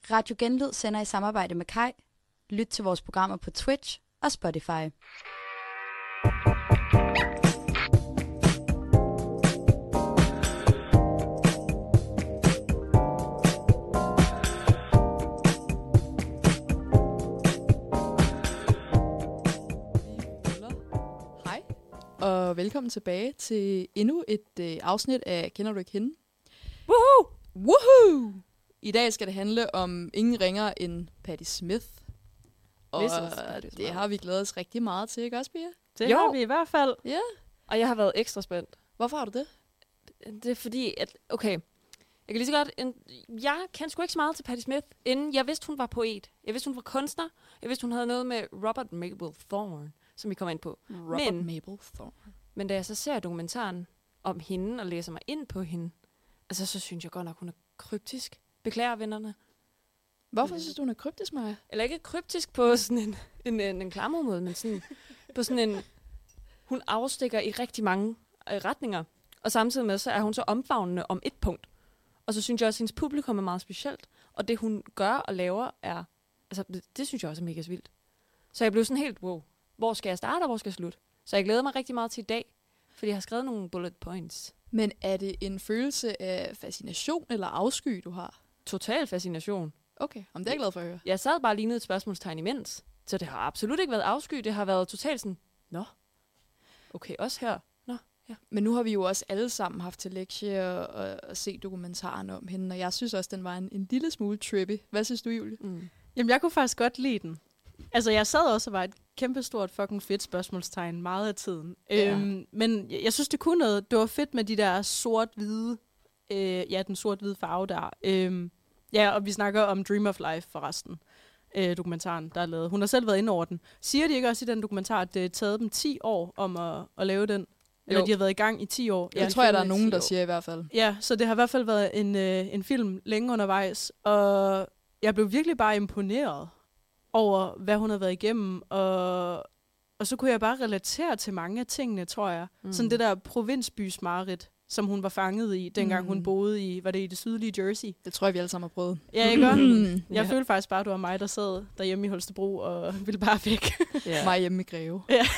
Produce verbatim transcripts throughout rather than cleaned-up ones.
Radio Genlyd sender i samarbejde med Kai. Lyt til vores programmer på Twitch og Spotify. Hej, og velkommen tilbage til endnu et øh, afsnit af Kender du ikke hende? Woohoo! Woohoo! I dag skal det handle om ingen ringere end Patti Smith. Og Patti det Smith. har vi glædet os rigtig meget til, ikke også, Pia? Det Jo. har vi i hvert fald. Ja. Og jeg har været ekstra spændt. Hvorfor har du det? Det er fordi, at... Okay, jeg kan lige så godt... En, jeg kendte sgu ikke så meget til Patti Smith, inden jeg vidste, hun var poet. Jeg vidste, hun var kunstner. Jeg vidste, hun havde noget med Robert Mabel Thorne, som vi kommer ind på. Robert Men- Mabel Thorne. Men da jeg så ser dokumentaren om hende og læser mig ind på hende, altså så synes jeg godt nok, hun er kryptisk. Beklager vennerne. Hvorfor synes du, hun er kryptisk, Maja? Eller ikke kryptisk på sådan en, en, en, en klammermåde, men sådan på sådan en... Hun afstikker i rigtig mange øh, retninger. Og samtidig med, så er hun så omfavnende om et punkt. Og så synes jeg også, at hendes publikum er meget specielt. Og det, hun gør og laver, er... Altså, det, det synes jeg også er mega vildt. Så jeg blev sådan helt, wow, hvor skal jeg starte, og hvor skal jeg slutte? Så jeg glæder mig rigtig meget til i dag, fordi jeg har skrevet nogle bullet points. Men er det en følelse af fascination eller afsky, du har? Total fascination. Okay, om det er jeg glad for at høre. Jeg sad bare og lignede et spørgsmålstegn imens. Så det har absolut ikke været afsky. Det har været totalt sådan, nå, okay, også her. Nå, ja. Men nu har vi jo også alle sammen haft til lektie og, og, og se dokumentaren om hende, og jeg synes også, den var en, en lille smule trippy. Hvad synes du, Julie? Mm. Jamen, jeg kunne faktisk godt lide den. Altså, jeg sad også og var et kæmpestort fucking fedt spørgsmålstegn meget af tiden. Ja. Øhm, men jeg, jeg synes, det kunne noget. Det var fedt med de der sort-hvide, øh, ja, den sort-hvide farve der. Øhm, ja, og vi snakker om Dream of Life forresten. Øh, dokumentaren, der er lavet. Hun har selv været inde over den. Siger de ikke også i den dokumentar, at det har taget dem ti år om at, at lave den? Eller Jo. de har været i gang i ti år? Jeg Ja, tror, jeg, der er filmen i nogen, ti der år. siger i hvert fald. Ja, så det har i hvert fald været en, øh, en film længe undervejs, og jeg blev virkelig bare imponeret over, hvad hun har været igennem, og, og så kunne jeg bare relatere til mange af tingene, tror jeg. Mm. Mm. Sådan det der provinsbys mareridt, som hun var fanget i, dengang Mm. hun boede i, var det i det sydlige Jersey? Det tror jeg, vi alle sammen har prøvet. Ja, ikke godt? Mm. Jeg Ja. følte faktisk bare, at det var mig, der sad derhjemme i Holstebro og ville bare væk. Ja. Mig hjemme i Greve. ja.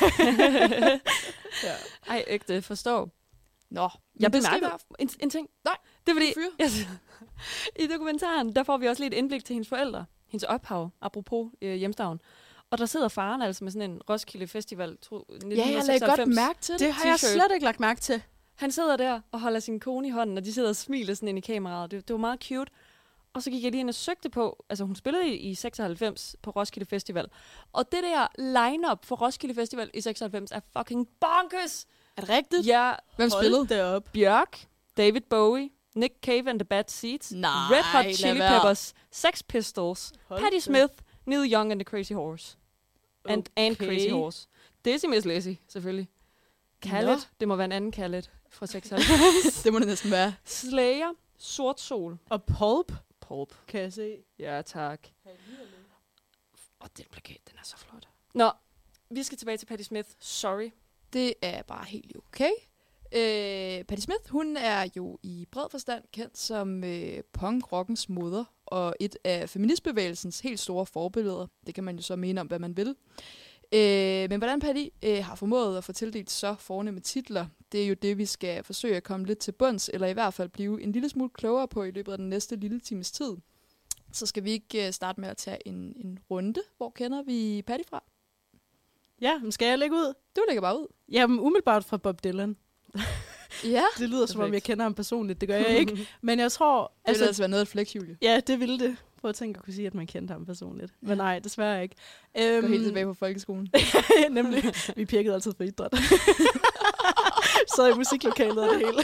Ej, ægte, forstår. Nå, Jeg det skal bemærkede en, en ting. Nej, det er fordi, fyr. yes, i dokumentaren, der får vi også lidt indblik til hendes forældre. Hendes ophav, apropos øh, hjemstavn. Og der sidder faren altså med sådan en Roskilde Festival to, nitten Ja, jeg lagde seksoghalvfems. godt mærke til det. Det har jeg T-shirt. slet ikke lagt mærke til. Han sidder der og holder sin kone i hånden, og de sidder og smiler sådan ind i kameraet. Det, det var meget cute. Og så gik jeg lige ind og søgte på, altså hun spillede i, i seksoghalvfems på Roskilde Festival. Og det der line-up for Roskilde Festival i seksoghalvfems er fucking bonkers! Er det rigtigt? Ja, Hvem spillede? det op. Bjørk, David Bowie, Nick Cave and the Bad Seeds, Nej, Red Hot lad Chili være. Peppers, Sex Pistols, Hold Patti da. Smith, Neil Young and the Crazy Horse. And, and Okay. Crazy Horse. Dizzy Miss Lizzy, selvfølgelig. Khaled, Nå. det må være en anden Khaled fra seksoghalvfems. Det må det næsten være. Slayer, Sort Sol, Og Pulp, Pulp. kan jeg se. Ja, tak. Og den plakat, den er så flot. Nå, vi skal tilbage til Patti Smith. Sorry. Det er bare helt okay. Øh, Patti Smith, hun er jo i bred forstand kendt som øh, punk-rockens moder, og et af feministbevægelsens helt store forbilleder. Det kan man jo så mene om, hvad man vil. Øh, men hvordan Patti øh, har formået at få tildelt så fornemme titler, det er jo det, vi skal forsøge at komme lidt til bunds, eller i hvert fald blive en lille smule klogere på i løbet af den næste lille times tid. Så skal vi ikke øh, starte med at tage en, en runde. Hvor kender vi Patti fra? Ja, men skal jeg lægge ud? Du lægger bare ud. Jamen, umiddelbart fra Bob Dylan. Ja, Det lyder som om, Perfekt. jeg kender ham personligt. Det gør jeg ikke. Men jeg tror... det altså, vil altså være noget af et flex, Julie. Ja, det ville det. Prøv at tænke at kunne sige, at man kendte ham personligt. Men nej, desværre ikke. Gå Um, helt tilbage på folkeskolen. nemlig. Vi pirkede altid for idræt. Så i musiklokalet og det hele.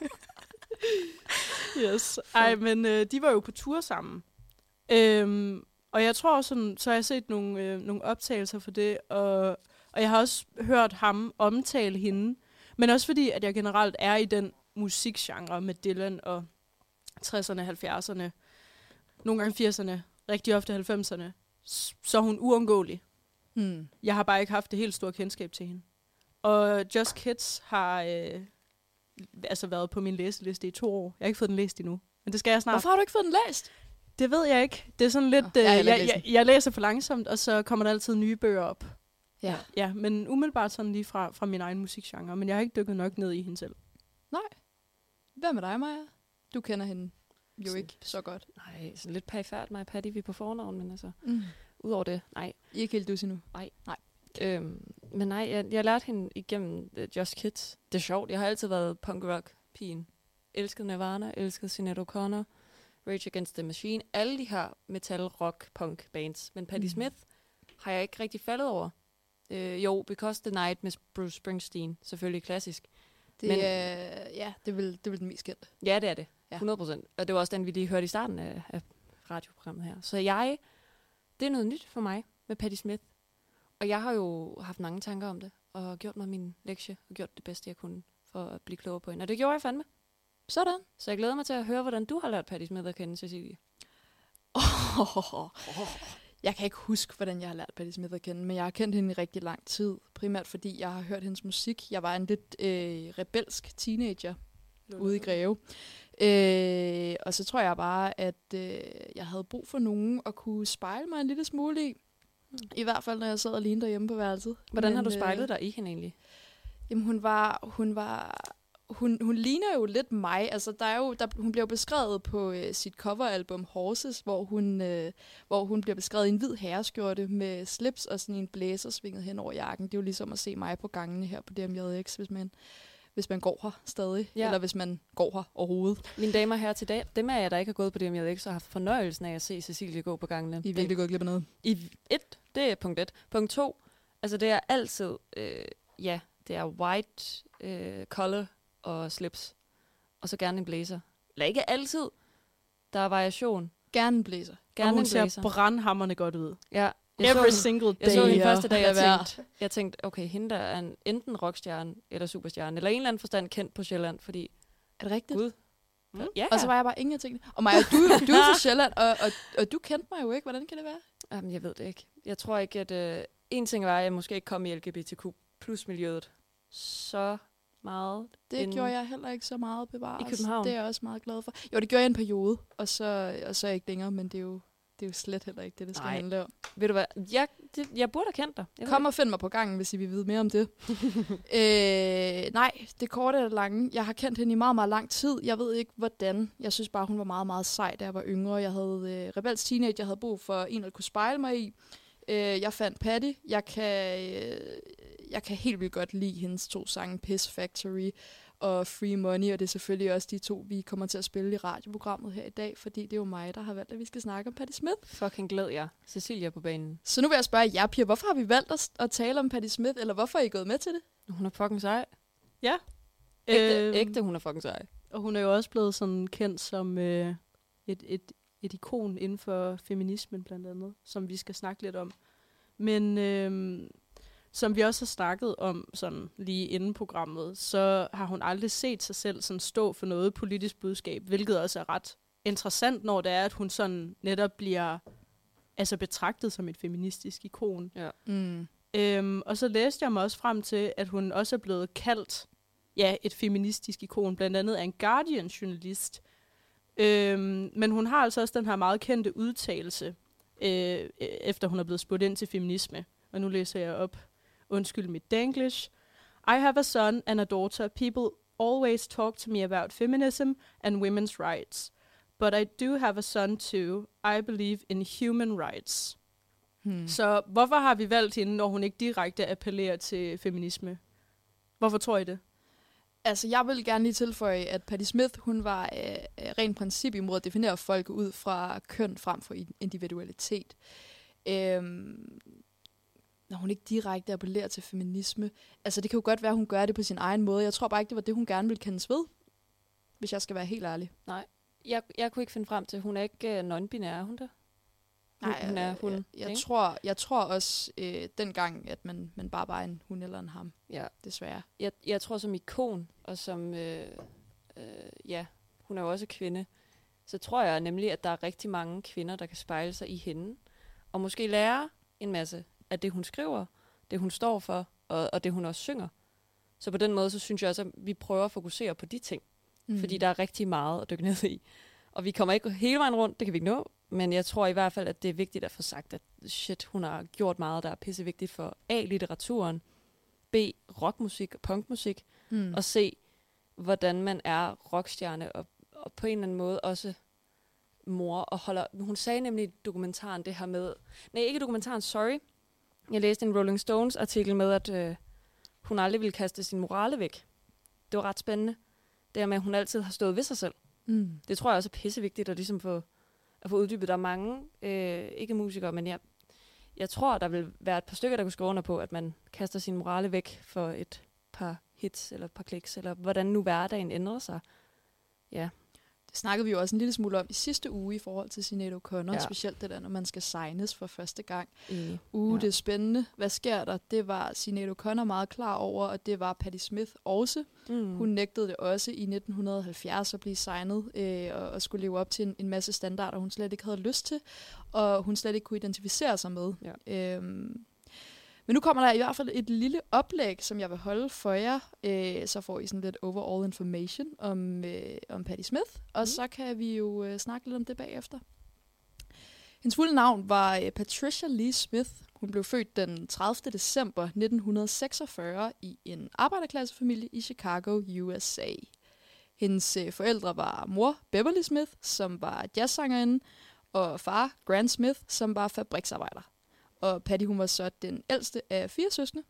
Yes. Ej, men øh, de var jo på tur sammen. Øhm, og jeg tror sådan, så har jeg set nogle, øh, nogle optagelser for det, og, og jeg har også hørt ham omtale hende, men også fordi, at jeg generelt er i den musikgenre med Dylan og tresserne, halvfjerdserne, nogle gange firserne, rigtig ofte halvfemserne, s- så er hun uundgåelig. Hmm. Jeg har bare ikke haft det helt store kendskab til hende. Og Just Kids har øh, altså været på min læseliste i to år. Jeg har ikke fået den læst endnu, men det skal jeg snart. Hvorfor har du ikke fået den læst? Det ved jeg ikke. Det er sådan lidt... Nå, Øh, jeg har jeg, heller ikke læst jeg, jeg læser for langsomt, og så kommer der altid nye bøger op. Ja. Ja, men umiddelbart sådan lige fra, fra min egen musikgenre. Men jeg har ikke dykket nok ned i hende selv. Nej. Hvad med dig, Maja? Du kender hende jo Sådan- ikke så godt. Nej, sådan lidt perifært mig, Patty, vi er på fornavn, men altså, Mm. udover det, nej. I er ikke helt dus endnu. Øhm, men nej, jeg, jeg lærte hende igennem uh, Just Kids. Det er sjovt, jeg har altid været punk rock pigen. Elsket Nirvana, elsket Sinead O'Connor, Rage Against the Machine, alle de her metal, rock, punk bands. Men Patti Mm. Smith har jeg ikke rigtig faldet over. Øh, jo, Because the Night med Bruce Springsteen, selvfølgelig klassisk. Det, Men- Men, øh, ja, det er, vel, det er vel den mest kendte. Ja, det er det. Ja. hundrede procent. Og det var også den, vi lige hørte i starten af, af radioprogrammet her. Så jeg, det er noget nyt for mig med Patti Smith. Og jeg har jo haft mange tanker om det, og gjort mig min lektie, og gjort det bedste, jeg kunne, for at blive klogere på hende. Og det gjorde jeg fandme. Sådan. Så jeg glæder mig til at høre, hvordan du har lært Patti Smith at kende, Cecilie. Oh. Jeg kan ikke huske, hvordan jeg har lært Patti Smith at kende, men jeg har kendt hende i rigtig lang tid. Primært fordi jeg har hørt hendes musik. Jeg var en lidt øh, rebelsk teenager ude i Greve. Øh, og så tror jeg bare, at øh, jeg havde brug for nogen at kunne spejle mig en lille smule i. Hmm. I hvert fald, når jeg sad alene derhjemme på værelset. Hvordan Men, har du øh, spejlet dig i hende egentlig? Jamen, hun var... Hun var hun, hun ligner jo lidt mig. Altså, der er jo, der, hun bliver jo beskrevet på øh, sit coveralbum Horses, hvor hun, øh, hvor hun bliver beskrevet i en hvid herreskjorte med slips og sådan en blæser svinget hen over jakken. Det er jo ligesom at se mig på gangene her på D M J X, hvis man, hvis man går her stadig. Ja. Eller hvis man går her overhovedet. Mine damer her til dag, dem af jer, der ikke har gået på D M J X, og har haft fornøjelsen af at se Cecilie gå på gangene. I er virkelig gået glip af noget. I et, det er punkt et. Punkt to, altså det er altid, øh, ja, det er white øh, collar og slips. Og så gerne en blazer. Eller ikke altid. Der er variation. Gerne en blæser. Gerne og hun en blazer. ser brandhammerne godt ud. Ja, jeg så, Every hende, single day. jeg så hende ja. første dag, Lad jeg være. tænkte, jeg tænkte, okay, hende der er en, enten rockstjerne eller superstjerne, eller en eller anden forstand kendt på Sjælland, fordi, Er det rigtigt? gud. Mm. Ja, Og så var jeg bare ingen af tingene. Og Maja, du, du er fra Sjælland, og, og, og du kendte mig jo ikke. Hvordan kan det være? Jamen, jeg ved det ikke. Jeg tror ikke, at... Øh, en ting var, at jeg måske ikke kom i L G B T Q plus miljøet så meget. Det Inden- gjorde jeg heller ikke så meget bevares. I København? Det er jeg også meget glad for. Jo, det gjorde jeg en periode, og så, og så ikke længere, men det er jo, det er jo slet heller ikke det, det skal Nej. handle om. Ved du hvad? Jeg, det, jeg burde have kendt dig. Jeg ved Kom og find mig på gangen, hvis I vil vide mere om det. øh, nej, det korte eller lange. Jeg har kendt hende i meget, meget lang tid. Jeg ved ikke, hvordan. Jeg synes bare, hun var meget, meget sej, da jeg var yngre. Jeg havde øh, rebels teenage, jeg havde brug for en, at kunne spejle mig i. Øh, jeg fandt Patti. Jeg kan, øh, jeg kan helt vildt godt lide hendes to sange, Piss Factory og Free Money, og det er selvfølgelig også de to, vi kommer til at spille i radioprogrammet her i dag, fordi det er jo mig, der har valgt, at vi skal snakke om Patti Smith. Fucking glæd jeg. Cecilia på banen. Så nu vil jeg spørge jer, piger, hvorfor har vi valgt at, at tale om Patti Smith, eller hvorfor er I gået med til det? Hun er fucking sej. Ja. Ægte, Øhm, ægte hun er fucking sej. Og hun er jo også blevet sådan kendt som øh, et, et, et ikon inden for feminismen blandt andet, som vi skal snakke lidt om. Men øh, som vi også har snakket om sådan lige inden programmet, så har hun aldrig set sig selv sådan stå for noget politisk budskab, hvilket også er ret interessant, når det er, at hun sådan netop bliver altså betragtet som et feministisk ikon. Ja. Mm. Øhm, og så læste jeg mig også frem til, at hun også er blevet kaldt ja, et feministisk ikon, blandt andet af en Guardian-journalist. Øhm, men hun har altså også den her meget kendte udtalelse, øh, efter hun er blevet spurgt ind til feminisme. Og nu læser jeg op. Undskyld mit danglish. I have a son and a daughter. People always talk to me about feminism and women's rights. But I do have a son too. I believe in human rights. Hmm. Så hvorfor har vi valgt hende, når hun ikke direkte appellerer til feminisme? Hvorfor tror I det? Altså, jeg vil gerne lige tilføje, at Patti Smith, hun var øh, rent princip imod at definere folk ud fra køn frem for individualitet. Øhm, når hun ikke direkte appellerer til feminisme. Altså, det kan jo godt være, at hun gør det på sin egen måde. Jeg tror bare ikke, det var det, hun gerne ville kendes ved, hvis jeg skal være helt ærlig. Nej, jeg, jeg kunne ikke finde frem til, hun er ikke uh, non-binær, er hun der? Nej, hun er hun. jeg, jeg, ikke? tror, jeg tror også øh, dengang, at man, man bare var en hun eller en ham, Ja. desværre. Jeg, jeg tror som ikon, og som, øh, øh, ja, hun er jo også kvinde, så tror jeg nemlig, at der er rigtig mange kvinder, der kan spejle sig i hende, og måske lære en masse af det, hun skriver, det hun står for, og, og det hun også synger. Så på den måde, så synes jeg også, at vi prøver at fokusere på de ting, mm. fordi der er rigtig meget at dykke ned i. Og vi kommer ikke hele vejen rundt, det kan vi ikke nå, Men jeg tror i hvert fald, at det er vigtigt at få sagt, at shit, hun har gjort meget, der er pissevigtigt for A, litteraturen, B, rockmusik og punkmusik, Mm. og C, hvordan man er rockstjerne, og, og på en eller anden måde også mor, og holder... Hun sagde nemlig i dokumentaren det her med... Nej, ikke dokumentaren, sorry. Jeg læste en Rolling Stones artikel med, at øh, hun aldrig ville kaste sin morale væk. Det var ret spændende. Det her med, at hun altid har stået ved sig selv. Mm. Det tror jeg også er pissevigtigt at, ligesom få, at få uddybet. Der er mange, øh, ikke musikere, men jeg, jeg tror, der vil være et par stykker, der kunne skrive under på, at man kaster sin morale væk for et par hits eller et par kliks, eller hvordan nu hverdagen ændrer sig. Ja. Det snakkede vi jo også en lille smule om i sidste uge i forhold til Sinéad O'Connor, Ja. specielt det der, når man skal signes for første gang. Enig. Uh, Ja. det er spændende. Hvad sker der? Det var Sinéad O'Connor meget klar over, og det var Patti Smith også. Mm. Hun nægtede det også i nitten halvfjerds at blive signet øh, og, og skulle leve op til en, en masse standarder, hun slet ikke havde lyst til, og hun slet ikke kunne identificere sig med. Ja. Øhm, men nu kommer der i hvert fald et lille oplæg, som jeg vil holde for jer. Øh, så får I sådan lidt overall information om, øh, om Patti Smith, og Mm. så kan vi jo øh, snakke lidt om det bagefter. Hendes fulde navn var øh, Patricia Lee Smith. Hun blev født den tredivte december nitten seksogfyrre i en arbejderklassefamilie i Chicago, U S A. Hendes øh, forældre var mor Beverly Smith, som var jazzsangerinde, og far Grant Smith, som var fabriksarbejder. Og Patti, hun var så den ældste af fire søskende.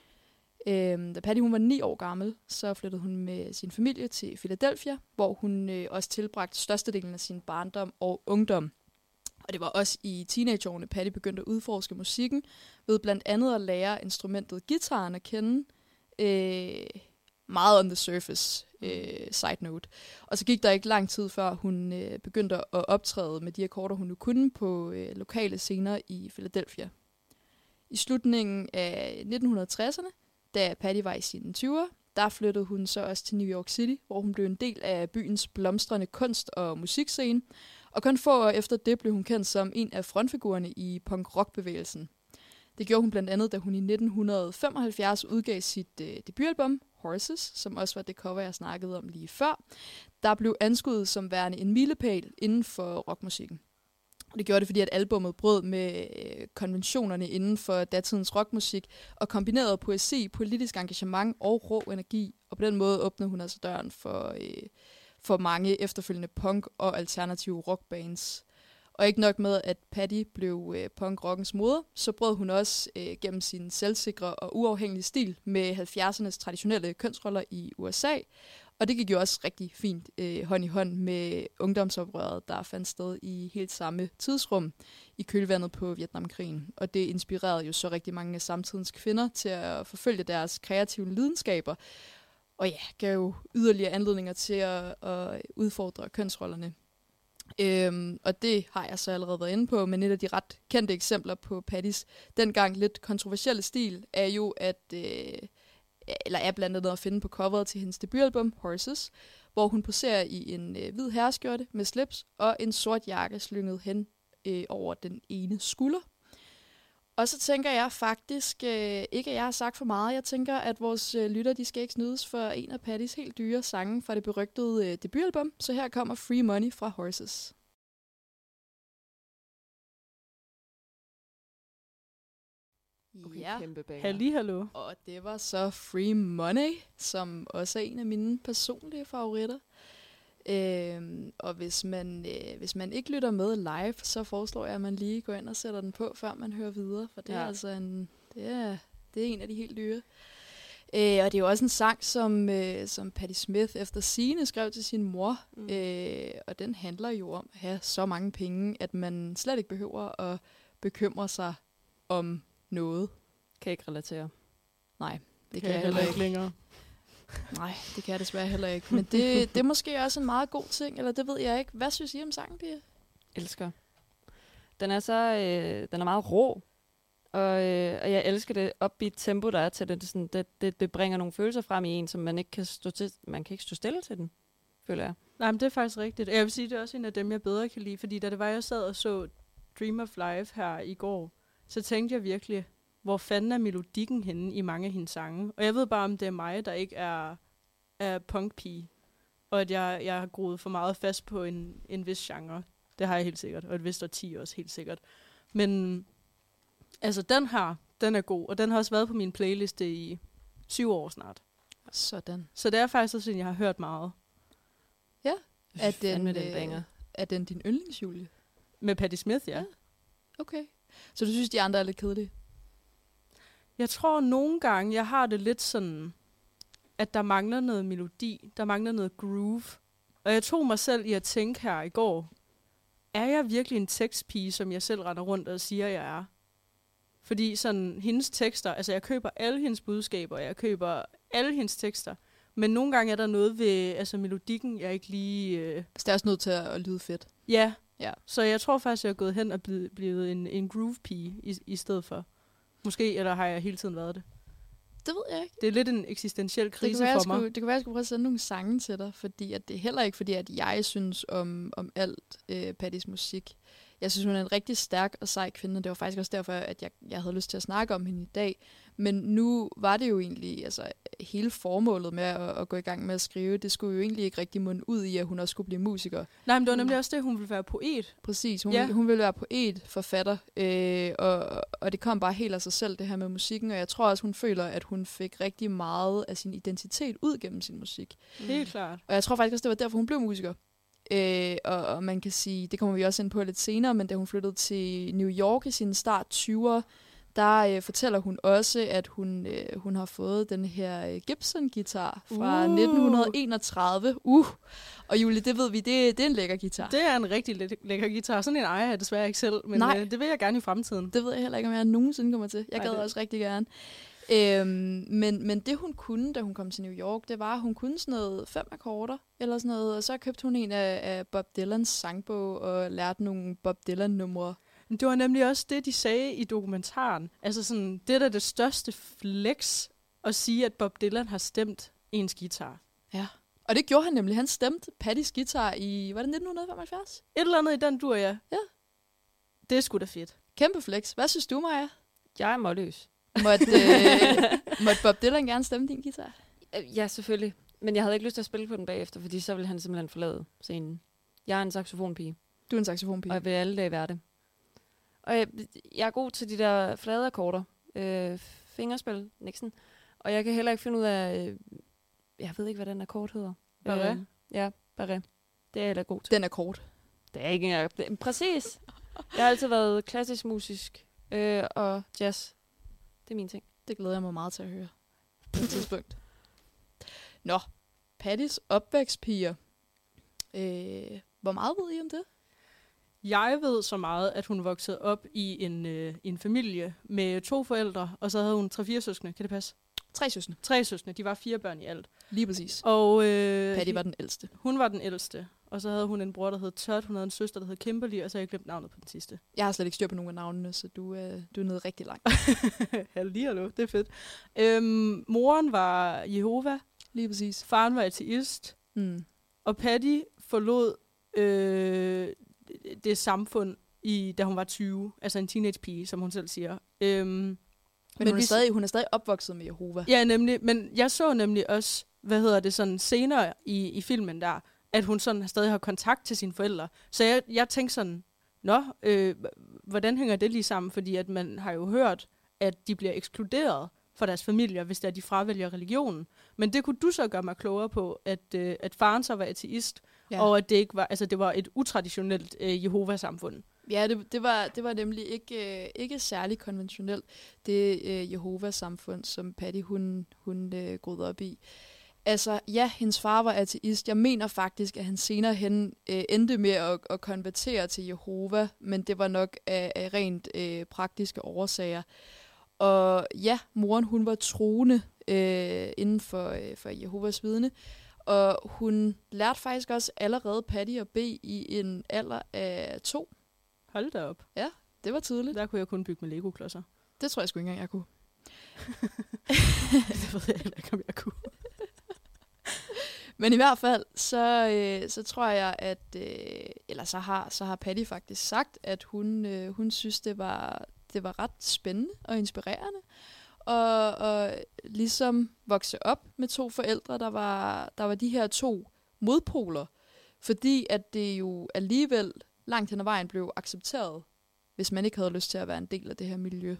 Øhm, da Patti, hun var ni år gammel, så flyttede hun med sin familie til Philadelphia, hvor hun øh, også tilbragte størstedelen af sin barndom og ungdom. Og det var også i teenageårene, Patti begyndte at udforske musikken, ved blandt andet at lære instrumentet guitaren at kende. Øh, meget on the surface, øh, side note. Og så gik der ikke lang tid, før hun øh, begyndte at optræde med de akkorder, hun nu kunne på øh, lokale scener i Philadelphia. I slutningen af nitten tresserne, da Patti var i sine tyvere, der flyttede hun så også til New York City, hvor hun blev en del af byens blomstrende kunst- og musikscene. Og kun få år efter det blev hun kendt som en af frontfigurerne i punk-rock-bevægelsen. Det gjorde hun blandt andet, da hun i nitten femoghalvfjerds udgav sit øh, debutalbum, Horses, som også var det cover, jeg snakkede om lige før, der blev anskuet som værende en milepæl inden for rockmusikken. Og det gjorde det, fordi at albummet brød med øh, konventionerne inden for datidens rockmusik og kombinerede poesi, politisk engagement og rå energi. Og på den måde åbnede hun altså døren for, øh, for mange efterfølgende punk- og alternative rockbands. Og ikke nok med, at Patti blev øh, punk-rockens moder, så brød hun også øh, gennem sin selvsikre og uafhængige stil med halvfjerdsernes traditionelle kønsroller i U S A. Og det gik jo også rigtig fint øh, hånd i hånd med ungdomsoprøret, der fandt sted i helt samme tidsrum i kølvandet på Vietnamkrigen. Og det inspirerede jo så rigtig mange af samtidens kvinder til at forfølge deres kreative lidenskaber. Og ja, gav jo yderligere anledninger til at, at udfordre kønsrollerne. Øhm, og det har jeg så allerede været inde på, men et af de ret kendte eksempler på Pattis dengang lidt kontroversielle stil, er jo, at... Øh, eller er blandt andet at finde på coveret til hendes debutalbum, Horses, hvor hun poserer i en øh, hvid herreskjorte med slips og en sort jakke slynget hen øh, over den ene skulder. Og så tænker jeg faktisk, øh, ikke at jeg har sagt for meget, jeg tænker, at vores øh, lytter, de skal ikke snydes for en af Pattis helt dyre sange fra det berygtede øh, debutalbum, så her kommer Free Money fra Horses. Okay, Ja. kæmpe banger. Halli, hallo. Og det var så Free Money, som også er en af mine personlige favoritter. Øhm, og hvis man, øh, hvis man ikke lytter med live, så foreslår jeg, at man lige går ind og sætter den på, før man hører videre. For det, ja. er, altså en, det, er, det er en af de helt dyre. Øh, og det er jo også en sang, som, øh, som Patti Smith efter sigende skrev til sin mor. Mm. Øh, og den handler jo om at have så mange penge, at man slet ikke behøver at bekymre sig om noget. Kan ikke relatere. Nej, det, Det kan jeg heller ikke. længere. Nej, det kan jeg desværre heller ikke. Men det, det er måske også en meget god ting, eller det ved jeg ikke. Hvad synes I om sangen, Pia? Elsker. Den er så, øh, den er meget rå, og, øh, og jeg elsker det upbeat tempo, der er til det. Det, sådan, det, det. det bringer nogle følelser frem i en, som man ikke kan stå til. Man kan ikke stå stille til den, føler jeg. Nej, men det er faktisk rigtigt. Jeg vil sige, det er også en af dem, jeg bedre kan lide, fordi da det var, jeg sad og så Dream of Life her i går, så tænkte jeg virkelig, hvor fanden er melodikken henne i mange af hendes sange? Og jeg ved bare, om det er mig, der ikke er, er punk-pige, og at jeg, jeg har groet for meget fast på en, en vis genre. Det har jeg helt sikkert. Og et vist årti også helt sikkert. Men altså, den her, den er god. Og den har også været på min playliste i syv år snart. Sådan. Så det er faktisk også, jeg har hørt meget. Ja. Er den, Fandme den øh, banger. er den din yndlings, Julie? Med Patti Smith, ja. Ja. Okay. Så du synes, de andre er lidt kedelige? Jeg tror nogle gange, jeg har det lidt sådan, at der mangler noget melodi. Der mangler noget groove. Og jeg tog mig selv i at tænke her i går, er jeg virkelig en tekstpige, som jeg selv render rundt og siger, jeg er? Fordi sådan, hendes tekster, altså jeg køber alle hendes budskaber, jeg køber alle hendes tekster, men nogle gange er der noget ved altså melodikken, jeg ikke lige... Øh... Så det er også nødt til at lyde fedt. Ja, Ja. så jeg tror faktisk, jeg er gået hen og blevet, blevet en, en groove-pige i, i stedet for. Måske, eller har jeg hele tiden været det? Det ved jeg ikke. Det er lidt en eksistentiel krise Det kunne, være, for jeg mig. skulle, det kunne være, jeg skulle prøve at sende nogle sange til dig, fordi at det er heller ikke fordi, at jeg synes om, om alt øh, Pattis musik. Jeg synes, hun er en rigtig stærk og sej kvinde, og det var faktisk også derfor, at jeg, jeg havde lyst til at snakke om hende i dag. Men nu var det jo egentlig, altså hele formålet med at, at gå i gang med at skrive, det skulle jo egentlig ikke rigtig munde ud i, at hun også skulle blive musiker. Nej, men det var nemlig også det, hun ville være poet. Præcis, hun, Ja. ville, hun ville være poet, forfatter, øh, og, og det kom bare helt af sig selv, det her med musikken, og jeg tror også, hun føler, at hun fik rigtig meget af sin identitet ud gennem sin musik. Helt klart. Og jeg tror faktisk også, det var derfor, hun blev musiker. Øh, og, og man kan sige, det kommer vi også ind på lidt senere, men da hun flyttede til New York i sine start tyverne, der øh, fortæller hun også, at hun, øh, hun har fået den her øh, Gibson-guitar fra Uh. nitten enogtredive. Uh! Og Julie, det ved vi, det, det er en lækker guitar. Det, Det er en rigtig læ- lækker guitar. Sådan en ejer jeg desværre ikke selv, men Nej. øh, det vil jeg gerne i fremtiden. det ved jeg heller ikke, om jeg nogensinde kommer til. Jeg Nej, gad det- også rigtig gerne. Øhm, men, men det hun kunne, da hun kom til New York, det var, at hun kunne sådan noget fem akkorder, eller sådan noget, og så købte hun en af, af Bob Dylans sangbog, og lærte nogle Bob Dylan-numre. Men det var nemlig også det, de sagde i dokumentaren. Altså sådan, det er da det største flex at sige, at Bob Dylan har stemt ens guitar. Ja. Og det gjorde han nemlig. Han stemte Pattis guitar i, var det nitten femoghalvfjerds? Et eller andet i den dur, ja. Ja. Det er sgu da fedt. Kæmpe flex. Hvad synes du, Maja? Jeg er målløs. Måtte, øh, måtte Bob Dylan gerne stemme din guitar? Øh, Ja, selvfølgelig. Men jeg havde ikke lyst til at spille på den bagefter, fordi så ville han simpelthen forlade scenen. Jeg er en saxofonpige, Du er en saxofonpige. og jeg vil alle dage være det. Og jeg, jeg er god til de der flade akkorder. Øh, fingerspil, Nixon. Og jeg kan heller ikke finde ud af... Øh, jeg ved ikke, hvad den akkord hedder. Barré? Øh, ja, barré. Det er jeg heller god til. Den er kort. Det er ikke engang... det- Præcis. Jeg har altid været klassisk musisk øh, og jazz. Det er min ting. Det glæder jeg mig meget til at høre på et tidspunkt. Nå, Pattis opvækstpiger. Øh, hvor meget ved I om det? Jeg ved så meget, at hun voksede op i en, øh, en familie med to forældre, og så havde hun tre-fire søskende. Kan det passe? Tre søsne. Tre søskende. De var fire børn i alt. Lige præcis. Og øh, Patty var den ældste. hun var den ældste. Og så havde hun en bror, der hed Todd. Hun havde en søster, der hed Kimberly, og så har jeg glemt navnet på den sidste. Jeg har slet ikke styr på nogen af navnene, så du, øh, du er nede rigtig langt. Hallo, hallo. Det er fedt. Øhm, moren var Jehova. Lige præcis. Faren var ateist. Mm. Og Patty forlod øh, det, det samfund, i, da hun var tyve. Altså en teenage-pige, som hun selv siger. Øhm, Men, Men hun, er vi- stadig, hun er stadig opvokset med Jehova. Ja, nemlig. Men jeg så nemlig også, hvad hedder det, sådan senere i, i filmen der, at hun sådan stadig har kontakt til sine forældre. Så jeg, jeg tænkte sådan, nå, øh, hvordan hænger det lige sammen? Fordi at man har jo hørt, at de bliver ekskluderet fra deres familier, hvis det er, de fravælger religionen. Men det kunne du så gøre mig klogere på, at, øh, at faren så var ateist, Ja, og at det ikke var, altså det var et utraditionelt øh, Jehova-samfund. ja det, det, var, det var nemlig ikke, øh, ikke særlig konventionelt, det øh, Jehovas samfund, som Patty hun, hun øh, groede op i. Altså, ja, hendes far var ateist. Jeg mener faktisk, at han senere hen øh, endte med at, at konvertere til Jehova, men det var nok af, af rent øh, praktiske årsager. Og ja, moren hun var troende øh, inden for, øh, for Jehovas vidne, og hun lærte faktisk også allerede Patty at bede i en alder af to. Hold da op. Det var tidligt. Der kunne jeg kun bygge med Lego-klodser. Det tror jeg sgu ikke engang, jeg kunne. Det ved jeg heller ikke, om jeg kunne. Men i hvert fald, så, øh, så tror jeg, at øh, eller så har, så har Patty faktisk sagt, at hun, øh, hun synes, det var, det var ret spændende og inspirerende. Og, og ligesom vokse op med to forældre, der var, der var de her to modpoler. Fordi at det jo alligevel langt hen ad vejen blev accepteret, hvis man ikke havde lyst til at være en del af det her miljø.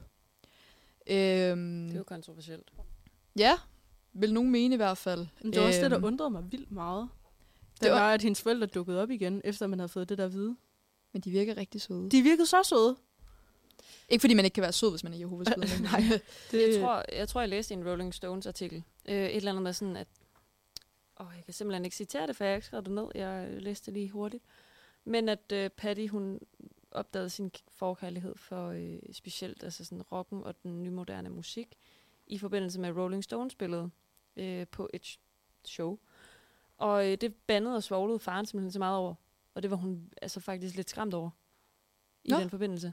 Øhm, Det er jo kontroversielt. ja, vil nogen mene i hvert fald. Men det var også det, der Øhm, undrede mig vildt meget. Det, Det var- var, at hendes forældre dukkede op igen, efter man havde fået det der at vide. Men de virker rigtig søde. De virkede så søde. Ikke fordi man ikke kan være sød, hvis man er Jehovas vidne. Nej. Det, Jeg tror, jeg tror, jeg læste i en Rolling Stones artikel. Øh, et eller andet med sådan, at... Åh, jeg kan simpelthen ikke citere det, for jeg har ikke skrevet det ned. Jeg læste det lige hurtigt. Men at øh, Patty, hun opdagede sin forkærlighed for øh, specielt altså sådan rocken og den nymoderne musik i forbindelse med Rolling Stones-billedet øh, på et sh- show. Og øh, det bandede og svoglede faren simpelthen så meget over. Og det var hun altså faktisk lidt skræmt over i Nå. den forbindelse.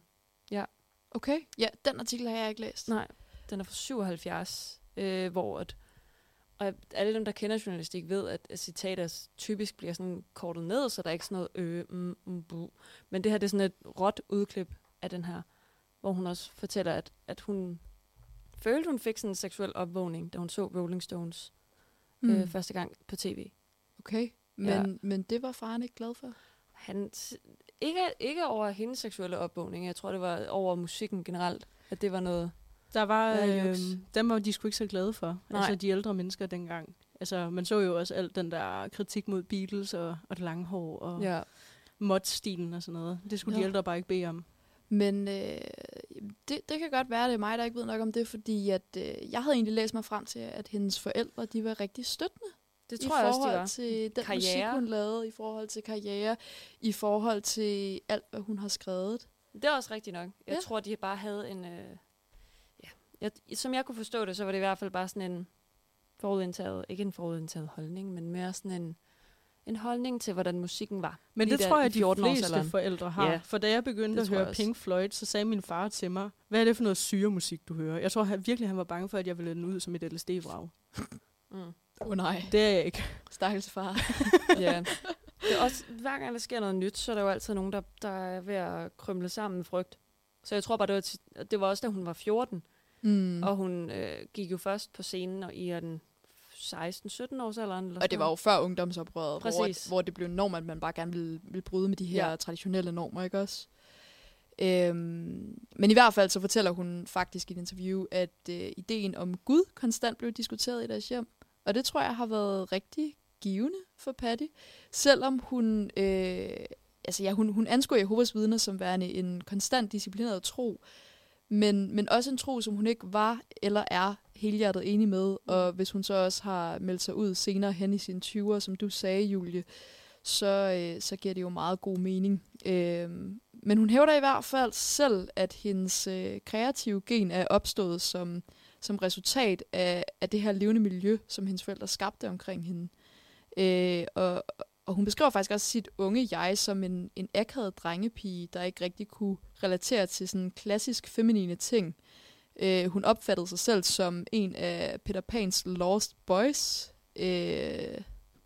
Okay, ja, den artikel har jeg ikke læst. Nej, den er fra syvoghalvfjerds, øh, hvor at, og alle dem, der kender journalistik, ved, at, at citater typisk bliver sådan kortet ned, så der er ikke sådan noget øh, mm, mm, bu. Men det her, det er sådan et råt udklip af den her, hvor hun også fortæller, at, at hun følte, hun fik sådan en seksuel opvågning, da hun så Rolling Stones Mm. øh, første gang på tv. Okay, men, Ja. men det var faren ikke glad for. Han, ikke, ikke over hendes seksuelle opvågning, jeg tror, det var over musikken generelt, at det var noget... der var, Ja, øh, juks. dem var de sgu ikke så glade for. Nej. Altså de ældre mennesker dengang. Altså man så jo også alt den der kritik mod Beatles og, og det lange hår og Ja. mod-stilen og sådan noget. Det skulle Nå. de ældre bare ikke bede om. Men øh, det, det kan godt være, det er mig, der ikke ved nok om det, fordi at, øh, jeg havde egentlig læst mig frem til, at hendes forældre, de var rigtig støttende. Det I tror jeg også, forhold de var. til den musik, Karriere. hun lavede, i forhold til karriere, i forhold til alt, hvad hun har skrevet. Det er også rigtigt nok. Jeg Ja. ja. tror, de bare havde en... Øh, ja. jeg, som jeg kunne forstå det, så var det i hvert fald bare sådan en forudindtaget... Ikke en forudindtaget holdning, men mere sådan en, en holdning til, hvordan musikken var. Men Lige det der tror i jeg, de fleste fjorten-årsalderen. forældre har. Ja. For da jeg begyndte Det at tror jeg høre også. Pink Floyd, så sagde min far til mig, hvad er det for noget syremusik, du hører? Jeg tror han, virkelig, han var bange for, at jeg ville den ud som et L S D-vrag. Mm. Åh oh, nej, Det er jeg ikke. stakkels far. Ja. Det er også, hver gang der sker noget nyt, så er der jo altid nogen, der, der er ved at krymle sammen med frygt. Så jeg tror bare, det var, ti- det var også, da hun var fjorten. Mm. Mm. Og hun øh, gik jo først på scenen og i den seksten sytten års alderen. Eller Og det var jo før ungdomsoprøret, hvor, Præcis. hvor det blev norm, at man bare gerne ville, ville bryde med de her Ja. ja. traditionelle normer, ikke også? Øhm, men i hvert fald så fortæller hun faktisk i et interview, at øh, ideen om Gud konstant blev diskuteret i deres hjem. Og det tror jeg har været rigtig givende for Patty. Selvom hun, øh, altså ja, hun, hun anskuer Jehovas vidner som værende en konstant disciplineret tro, men, men også en tro, som hun ikke var eller er helhjertet enig med. Og hvis hun så også har meldt sig ud senere hen i sine tyvere, som du sagde, Julie, så, øh, så giver det jo meget god mening. Øh, men hun hævder i hvert fald selv, at hendes øh, kreative gen er opstået som, som resultat af, af det her levende miljø, som hendes forældre skabte omkring hende. Øh, og, og hun beskriver faktisk også sit unge jeg som en, en akavet drengepige, der ikke rigtig kunne relatere til sådan klassisk feminine ting. Øh, hun opfattede sig selv som en af Peter Pans Lost Boys. Øh,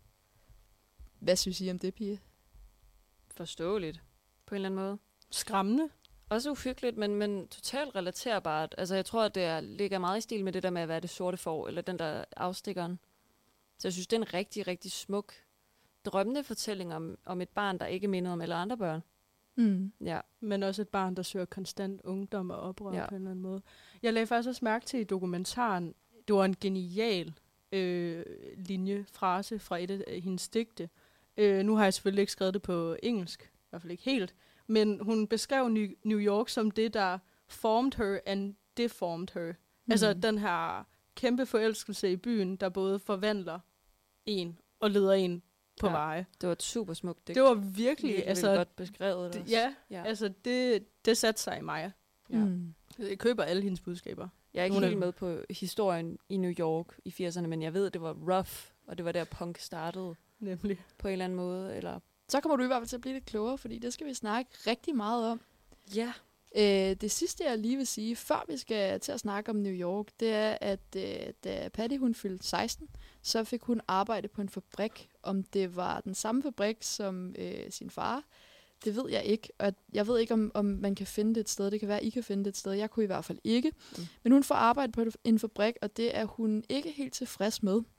hvad synes I om det, Pia? forståeligt på en eller anden måde. Skræmmende. Også uhyggeligt, men, men totalt relaterbart. Altså, jeg tror, at det er, ligger meget i stil med det der med at være det sorte får, eller den der afstikkeren. Så jeg synes, det er en rigtig, rigtig smuk, drømmende fortælling om, om et barn, der ikke minder om alle andre børn. Mm. Ja. Men også et barn, der søger konstant ungdom og oprør Ja. på en eller anden måde. Jeg lagde faktisk også mærke til i dokumentaren, det var en genial øh, linje, frase fra et af hendes digte. Øh, nu har jeg selvfølgelig ikke skrevet det på engelsk, i hvert fald ikke helt, men hun beskrev New, New York som det, der formed her and deformed her. Mm. Altså den her kæmpe forelskelse i byen, der både forvandler en og leder en på Ja. veje. Det var et super smukt digt. Det var virkelig, virkelig altså, godt beskrevet. det, også. ja, ja. altså det, det satte sig i mig. Ja. Mm. Jeg køber alle hendes budskaber. Jeg er ikke Nogle af helt dem. med på historien i New York i firserne, men jeg ved, at det var rough, og det var der punk startede Nemlig. på en eller anden måde. Eller Så kommer du i hvert fald til at blive lidt klogere, fordi det skal vi snakke rigtig meget om. ja, Øh, det sidste, jeg lige vil sige, før vi skal til at snakke om New York, det er, at øh, da Patty hun fyldte seksten, så fik hun arbejde på en fabrik. Om det var den samme fabrik som øh, sin far, det ved jeg ikke. Og jeg ved ikke, om, om man kan finde det et sted. Det kan være, at I kan finde det et sted. Jeg kunne i hvert fald ikke. Mm. Men hun får arbejde på en fabrik, og det er hun ikke helt tilfreds med.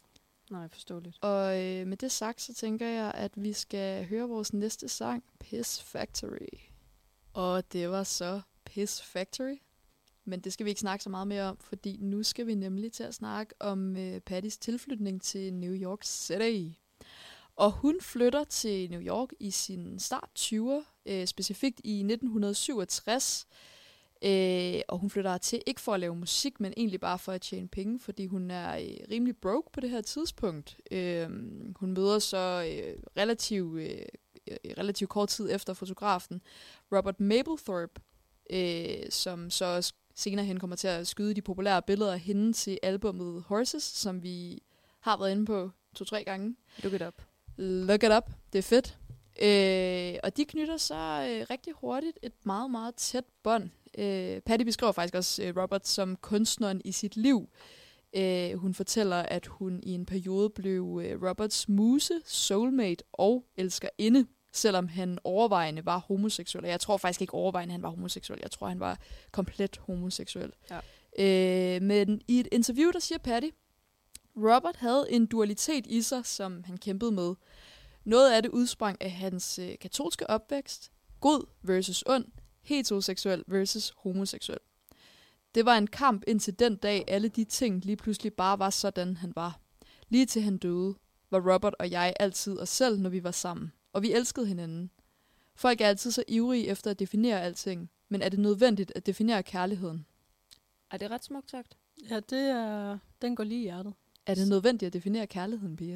Nej, forståeligt. Og øh, med det sagt, så tænker jeg, at vi skal høre vores næste sang, Piss Factory. Og det var så Piss Factory. Men det skal vi ikke snakke så meget mere om, fordi nu skal vi nemlig til at snakke om øh, Pattys tilflytning til New York City. Og hun flytter til New York i sin start tyver, øh, specifikt i nitten syvogtres. Øh, og hun flytter til ikke for at lave musik, men egentlig bare for at tjene penge, fordi hun er øh, rimelig broke på det her tidspunkt. Øh, hun møder så øh, relativt øh, relativ kort tid efter fotografen Robert Mapplethorpe, øh, som så senere hen kommer til at skyde de populære billeder af hende til albumet Horses, som vi har været inde på to-tre gange. Look it up. Look it up. Det er fedt. Øh, og de knytter så øh, rigtig hurtigt et meget, meget tæt bånd. Øh, Patty beskriver faktisk også øh, Robert som kunstneren i sit liv. Øh, hun fortæller, at hun i en periode blev øh, Roberts muse, soulmate og elskerinde, selvom han overvejende var homoseksuel. Jeg tror faktisk ikke overvejende, han var homoseksuel. Jeg tror, han var komplet homoseksuel. Ja. Øh, men i et interview, der siger Patty, Robert havde en dualitet i sig, som han kæmpede med. Noget af det udsprang af hans øh, katolske opvækst, god versus ond, heteroseksuel versus homoseksuel. Det var en kamp indtil den dag, alle de ting lige pludselig bare var sådan, han var. Lige til han døde, var Robert og jeg altid os selv, når vi var sammen. Og vi elskede hinanden. Folk er altid så ivrige efter at definere alting, men er det nødvendigt at definere kærligheden? Er det ret smukt sagt? Ja, det er, den går lige i hjertet. Er det nødvendigt at definere kærligheden, Pia?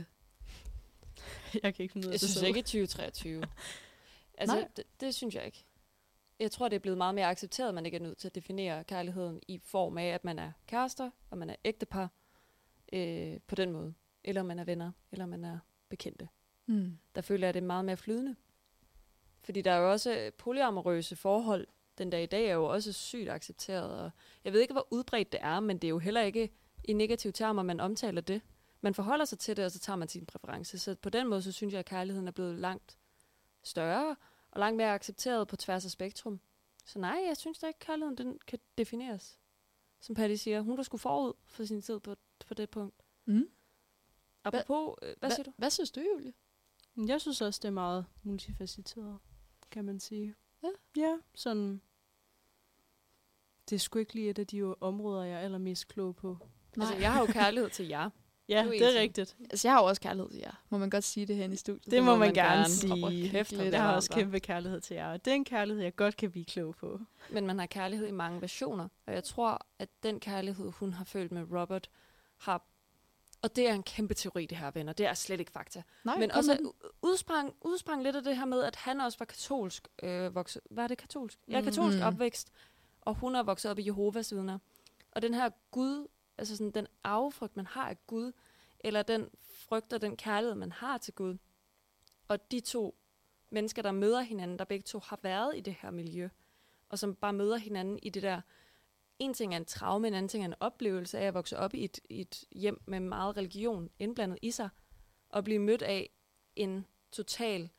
Jeg kan ikke finde ud af Jeg det synes selv. ikke i tyve treogtyve. altså, det, det synes jeg ikke. Jeg tror, det er blevet meget mere accepteret, at man ikke er nødt til at definere kærligheden i form af, at man er kærester, og man er ægtepar øh, på den måde. Eller man er venner, eller man er bekendte. Mm. Der føler jeg, at det er meget mere flydende. Fordi der er jo også polyamorøse forhold. Den dag i dag er jo også sygt accepteret. Og jeg ved ikke, hvor udbredt det er, men det er jo heller ikke i negative termer, man omtaler det. Man forholder sig til det, og så tager man sin præference. Så på den måde, så synes jeg, at kærligheden er blevet langt større, og langt mere accepteret på tværs af spektrum. Så nej, jeg synes da ikke, at kærligheden den kan defineres. Som Patty siger, hun var sgu forud for sin tid på, på det punkt. Mm. Apropos, øh, hvad siger du? Hvad synes du, Julie? Jeg synes også, det er meget multifacetteret, kan man sige. Ja. Ja, sådan... Det er sgu ikke lige et af de områder, jeg er allermest klog på. Altså, jeg har jo kærlighed til jer. Ja, Det er jo det en er ting. rigtigt. Altså, jeg har jo også kærlighed til jer. Må man godt sige det her i studiet? Det må man man gerne gerne. sige. Hold kæft, hvor jeg det har varmt, også hva'? kæmpe kærlighed til jer. Og det er en kærlighed, jeg godt kan blive klog på. Men man har kærlighed i mange versioner. Og jeg tror, at den kærlighed, hun har følt med Robert, har... Og det er en kæmpe teori, det her, venner. Det er slet ikke fakta. Nej, Men kom også med den. u- udsprang, udsprang lidt af det her med, at han også var katolsk øh, vokset... Hvad er det katolsk? Ja, Mm. katolsk Mm. opvækst. Og hun er vokset op i Jehovas vidner. Og den her Gud, altså sådan den afrygt, man har af Gud, eller den frygt og den kærlighed, man har til Gud. Og de to mennesker, der møder hinanden, der begge to har været i det her miljø, og som bare møder hinanden i det der... En ting er en traume, en anden ting er en oplevelse af at vokse op i et, i et hjem med meget religion indblandet i sig, og blive mødt af en total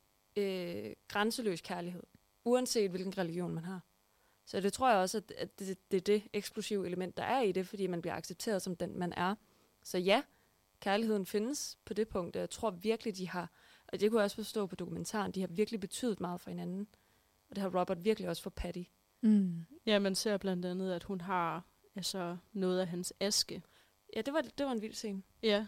øh, grænseløs kærlighed, uanset hvilken religion man har. Så det tror jeg også, at, at det, det er det eksplosive element, der er i det, fordi man bliver accepteret som den, man er. Så ja, kærligheden findes på det punkt, og jeg tror virkelig, de har, og det kunne jeg også forstå på dokumentaren, de har virkelig betydet meget for hinanden. Og det har Robert virkelig også for Patty. Mm. Ja, man ser blandt andet, at hun har altså, noget af hans aske. Ja, det var, det var en vild scene. Ja.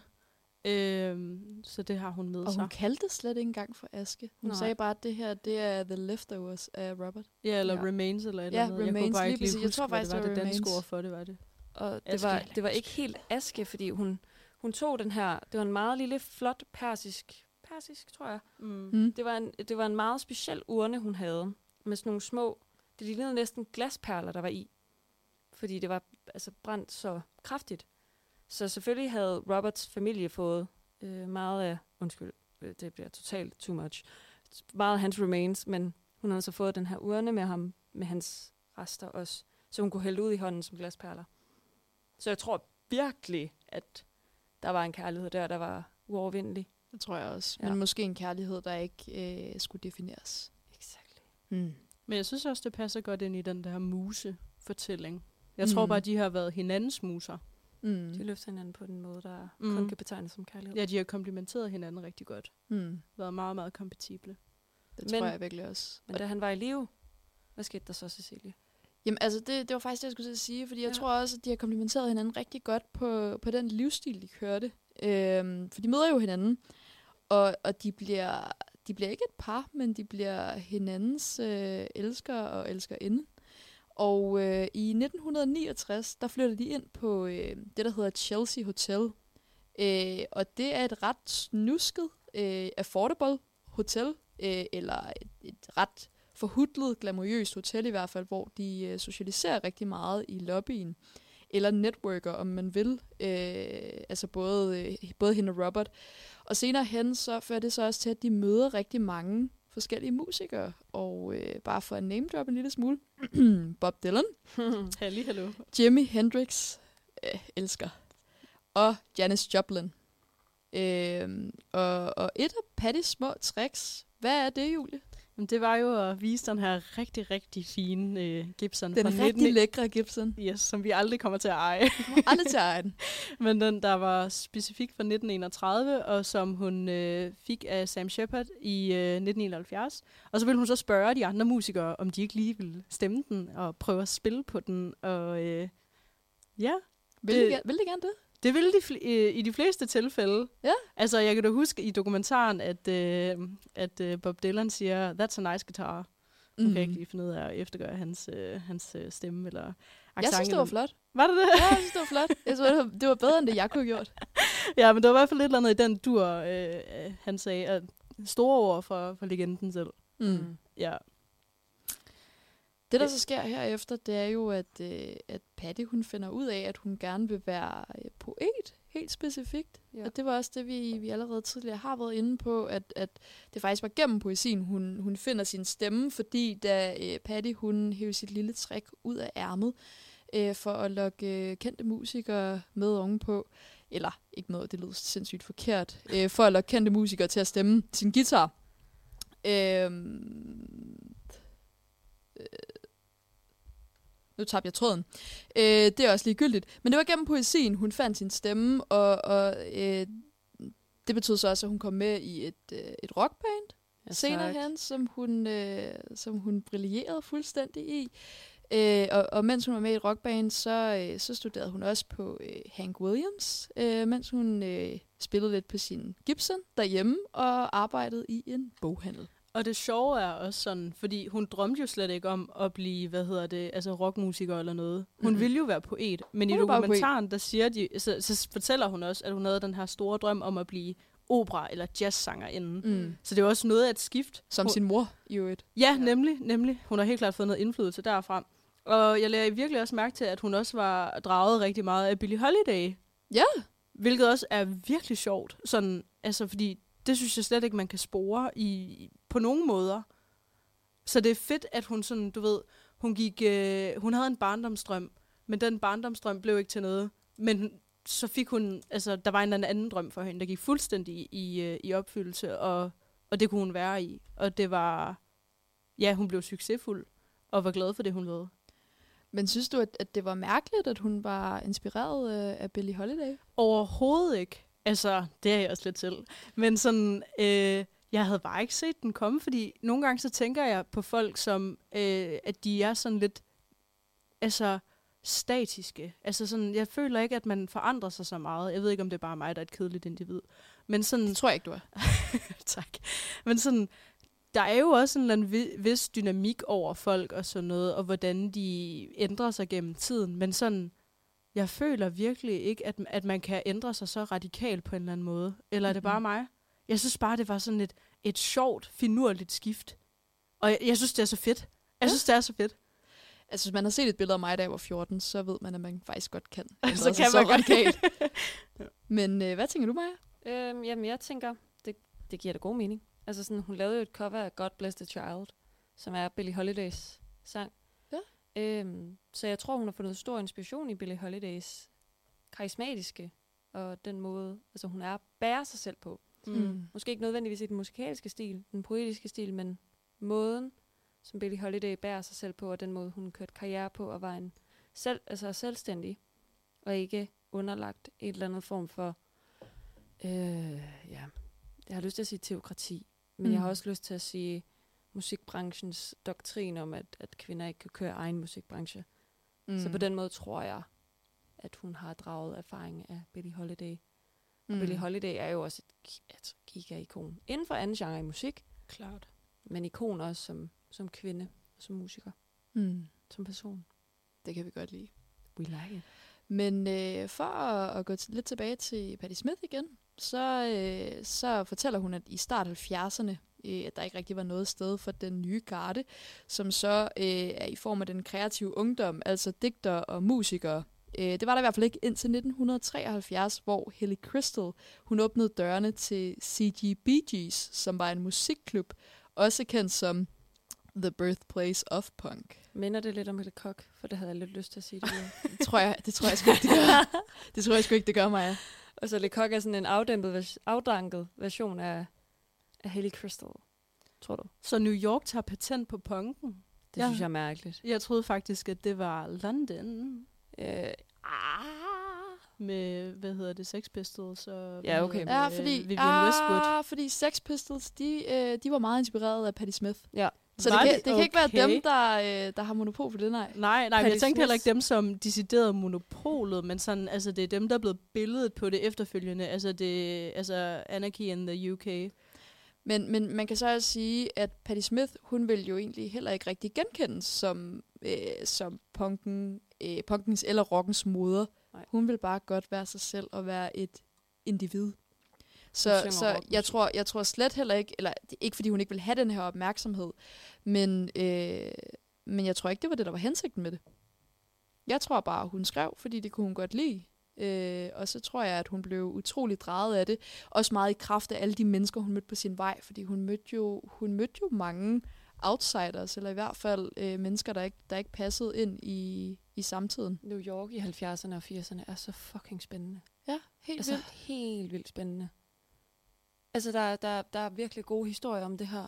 Øhm, så det har hun med Og sig. hun kaldte slet ikke engang for aske. Hun Nej. sagde bare, at det her, det er The Leftovers af Robert. Ja, eller Ja. Remains eller et Ja, eller andet. Jeg Remains, kunne bare lige ikke lige præcis. huske, Jeg tror hvad faktisk, det var det det var danske Remains. ord for, det var det. Og det Aske var, eller det var ikke helt aske, fordi hun, hun tog den her, det var en meget lille, flot persisk, persisk tror jeg. Mm. Mm. Det var en, det var en meget speciel urne, hun havde, med sådan nogle små, det lignede næsten glasperler, der var i. Fordi det var altså brændt så kraftigt. Så selvfølgelig havde Roberts familie fået øh, meget af, undskyld, øh, det bliver totalt too much, meget af hans remains, men hun havde så fået den her urne med ham, med hans rester også, så hun kunne hælde ud i hånden som glasperler. Så jeg tror virkelig, at der var en kærlighed der, der var uovervindelig. Det tror jeg også. Ja. Men måske en kærlighed, der ikke øh, skulle defineres. Exakt. Mm. Men jeg synes også, det passer godt ind i den der muse-fortælling. Jeg Mm. tror bare, de har været hinandens muser. Mm. De løfter hinanden på den måde, der Mm. kun kan betegnes som kærlighed. Ja, de har komplementeret hinanden rigtig godt. Mm. Været meget, meget kompatible. Det tror Men- jeg virkelig også. Men da han var i live, hvad skete der så, Cecilie? Jamen altså, det, det var faktisk det, jeg skulle til at sige, fordi jeg Ja. tror også, at de har komplementeret hinanden rigtig godt på, på den livsstil, de kørte. Øhm, for de møder jo hinanden, og, og de, bliver, de bliver ikke et par, men de bliver hinandens øh, elsker og elskerinde. Og øh, i nitten niogtres, der flytter de ind på øh, det, der hedder Chelsea Hotel. Øh, og det er et ret snusket, øh, affordable hotel, øh, eller et, et ret forhudlet, glamourøst hotel i hvert fald, hvor de øh, socialiserer rigtig meget i lobbyen, eller networker, om man vil. Øh, altså både, øh, både hende og Robert. Og senere hen, så fører det så også til, at de møder rigtig mange forskellige musikere, og øh, bare for at name drop en lille smule, Bob Dylan, Halli, hallo. Jimi Hendrix, øh, elsker, og Janis Joplin. Øh, og, og et af Pattys små tricks, hvad er det, Julie? Men det var jo at vise den her rigtig, rigtig fine øh, Gibson Den fra rigtig nitten... lækre Gibson. Yes, som vi aldrig kommer til at eje. Aldrig til at eje den. Men den, der var specifikt fra nitten enogtredive, og som hun øh, fik af Sam Shepard i øh, nitten enoghalvfjerds. Og så ville hun så spørge de andre musikere, om de ikke lige ville stemme den og prøve at spille på den. Og øh, ja, Vil, Det- de, vil de gerne det? det ville de fl- øh, i de fleste tilfælde. Ja. Altså, jeg kan da huske i dokumentaren, at, øh, at øh, Bob Dylan siger, that's a nice guitar. Nu mm. kan jeg ikke lige finde ud af at eftergøre hans, øh, hans øh, stemme eller Jeg accent. synes, det var flot. Var det det? Ja, jeg synes, det var flot. Jeg synes, det var, det var bedre, end det, jeg kunne have gjort. Ja, men der var i hvert fald et eller andet i den dur, øh, øh, han sagde. At store ord for, for legenden selv. Mm. Ja. Det, der så sker herefter, det er jo, at, øh, at Patty, hun finder ud af, at hun gerne vil være øh, poet, helt specifikt. Ja. Og det var også det, vi, vi allerede tidligere har været inde på, at, at det faktisk var gennem poesien, hun, hun finder sin stemme, fordi da øh, Patty, hun hævde sit lille trick ud af ærmet, øh, for at lokke øh, kendte musikere med ovenpå, eller ikke noget, det lød sindssygt forkert, øh, for at lokke kendte musikere til at stemme sin guitar. Øh, Nu tabte jeg tråden. Øh, det er også ligegyldigt. Men det var gennem poesien, hun fandt sin stemme, og, og øh, det betød så også, at hun kom med i et, øh, et rockband Ja, senere tak. hen, som hun, øh, som hun brillerede fuldstændig i. Øh, og, og mens hun var med i et rockband, så, øh, så studerede hun også på øh, Hank Williams, øh, mens hun øh, spillede lidt på sin Gibson derhjemme og arbejdede i en boghandel. Og det sjove er også sådan, fordi hun drømte jo slet ikke om at blive, hvad hedder det, altså rockmusiker eller noget. Hun Mhm. ville jo være poet, men Hun i er bare dokumentaren, der siger de, så, så fortæller hun også, at hun havde den her store drøm om at blive opera- eller jazzsangerinde. Mm. Så det er jo også noget af et skift. Som Hun- sin mor, i øvrigt. Ja, Ja. nemlig, nemlig. Hun har helt klart fået noget indflydelse derfra. Og jeg lagde virkelig også mærke til, at hun også var draget rigtig meget af Billie Holiday. Ja. Hvilket også er virkelig sjovt. Sådan, altså, fordi det synes jeg slet ikke, man kan spore i, på nogen måder. Så det er fedt, at hun sådan, du ved, hun gik, øh, hun havde en barndomsdrøm, men den barndomsdrøm blev ikke til noget. Men så fik hun, altså, der var en eller anden drøm for hende, der gik fuldstændig i, øh, i opfyldelse, og, og det kunne hun være i. Og det var, ja, hun blev succesfuld, og var glad for det, hun lavede. Men synes du, at, at det var mærkeligt, at hun var inspireret øh, af Billie Holiday? Overhovedet ikke. Altså, det er jeg også lidt selv. Men sådan, øh, jeg havde bare ikke set den komme, fordi nogle gange så tænker jeg på folk, som, øh, at de er sådan lidt, altså, statiske. Altså sådan, jeg føler ikke, at man forandrer sig så meget. Jeg ved ikke, om det er bare mig, der er et kedeligt individ. Men sådan, Det tror jeg ikke, du er. tak. Men sådan, der er jo også en eller anden vi- vis dynamik over folk og sådan noget, og hvordan de ændrer sig gennem tiden. Men sådan, jeg føler virkelig ikke, at, at man kan ændre sig så radikalt på en eller anden måde. Eller er det bare Mhm. mig? Jeg synes bare, det var sådan et, et sjovt, finurligt skift. Og jeg, jeg synes, det er så fedt. Jeg Ja. synes, det er så fedt. Altså, hvis man har set et billede af mig, da jeg var fjorten, så ved man, at man faktisk godt kan. Så ændre sig kan man godt. radikalt. Men øh, hvad tænker du, Maja? Øhm, jamen, jeg tænker, det, det giver da god mening. Altså sådan, hun lavede jo et cover af God Bless the Child, som er Billie Holidays sang. Ja. Øhm, så jeg tror, hun har fundet stor inspiration i Billie Holidays karismatiske, og den måde, altså hun er, bærer sig selv på. Mm. Måske ikke nødvendigvis i den musikalske stil, den poetiske stil, men måden, som Billie Holiday bærer sig selv på, og den måde, hun kørte karriere på, og var en selv, altså selvstændig, og ikke underlagt et eller andet form for, øh, ja, jeg har lyst til at sige teokrati, men mm. jeg har også lyst til at sige musikbranchens doktrin om, at, at kvinder ikke kan køre egen musikbranche. Mm. Så på den måde tror jeg, at hun har draget erfaring af Billie Holiday. Mm. Og Billie Holiday er jo også et, et giga-ikon inden for anden genre i musik. Klart. Men ikon også som, som kvinde og som musiker. Mm. Som person. Det kan vi godt lide. We like it. Men øh, for at, at gå t- lidt tilbage til Patti Smith igen, så, øh, så fortæller hun, at i start halvfjerdserne, øh, at der ikke rigtig var noget sted for den nye garde, som så øh, er i form af den kreative ungdom, altså digtere og musikere. Øh, det var der i hvert fald ikke indtil nitten treoghalvfjerds, hvor Helly Crystal, hun åbnede dørene til C G B G's, som var en musikklub, også kendt som The Birthplace of Punk. Minder det lidt om et kok, for det havde jeg lidt lyst til at sige det. det tror jeg, det tror jeg sgu ikke, det gør. Det tror jeg sgu ikke, det gør mig. Og så Le Coq er sådan en afdæmpet, vers- afdanket version af, af Helly Crystal, tror du? Så New York tager patent på punken? Det ja. synes jeg er mærkeligt. Jeg troede faktisk, at det var London. Øh, ah. Med, hvad hedder det, Sex Pistols og ja, okay. Ja, fordi, Vivian ah, Westwood. fordi Sex Pistols, de, øh, de var meget inspireret af Patti Smith. Ja. Så det, kan, det kan ikke være dem, der, øh, der har monopol på det, nej. Nej, nej, men jeg tænkte Smith. heller ikke dem, som deciderede monopolet, men sådan, altså, det er dem, der er blevet billedet på det efterfølgende. Altså, det, altså Anarchy in the U K. Men, men man kan så også sige, at Patti Smith, hun vil jo egentlig heller ikke rigtig genkendes som, øh, som punken, øh, punkens eller rockens moder. Nej. Hun vil bare godt være sig selv og være et individ. Så, så jeg, tror, jeg tror slet heller ikke, eller det er ikke fordi hun ikke vil have den her opmærksomhed, men, øh, men jeg tror ikke, det var det, der var hensigten med det. Jeg tror bare, hun skrev, fordi det kunne hun godt lide. Øh, og så tror jeg, at hun blev utrolig draget af det. Også meget i kraft af alle de mennesker, hun mødte på sin vej, fordi hun mødte jo, hun mødte jo mange outsiders, eller i hvert fald øh, mennesker, der ikke, der ikke passede ind i, i samtiden. New York i halvfjerdserne og firserne er så fucking spændende. Ja, helt altså, vildt. helt vildt spændende. Altså, der, der, der er virkelig gode historier om det her.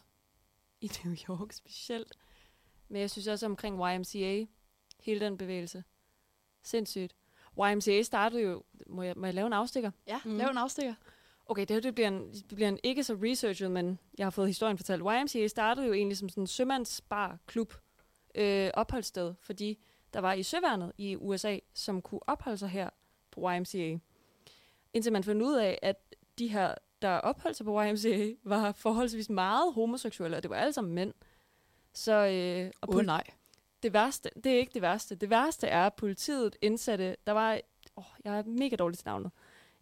I New York specielt. Men jeg synes også omkring Y M C A. Hele den bevægelse. Sindssygt. Y M C A startede jo... Må jeg, må jeg lave en afstikker? Ja, Mm. mm. lav en afstikker. Okay, det, her, det, bliver en, det bliver en ikke så researchet, men jeg har fået historien fortalt. Y M C A startede jo egentlig som sådan en sømandsbar-klub øh, opholdssted, fordi der var i søværnet i U S A, som kunne opholde sig her på Y M C A. Indtil man fandt ud af, at de her, der opholdt sig på Y M C A, var forholdsvis meget homoseksuelle, og det var alle sammen mænd. Så, øh, og Åh oh, nej. det værste, det er ikke det værste. Det værste er, at politiet indsatte, der var, åh, jeg er mega dårlig til navnet.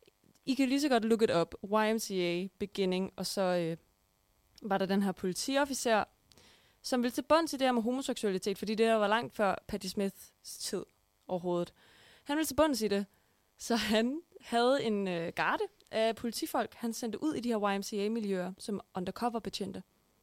I kan lige så godt look it up, Y M C A beginning, og så øh, var der den her politiofficer, som ville til bunds i det her med homoseksualitet, fordi det der var langt før Patti Smiths tid overhovedet. Han ville til bunds i det, så han havde en øh, garde af politifolk, han sendte ud i de her Y M C A-miljøer som undercover-betjente.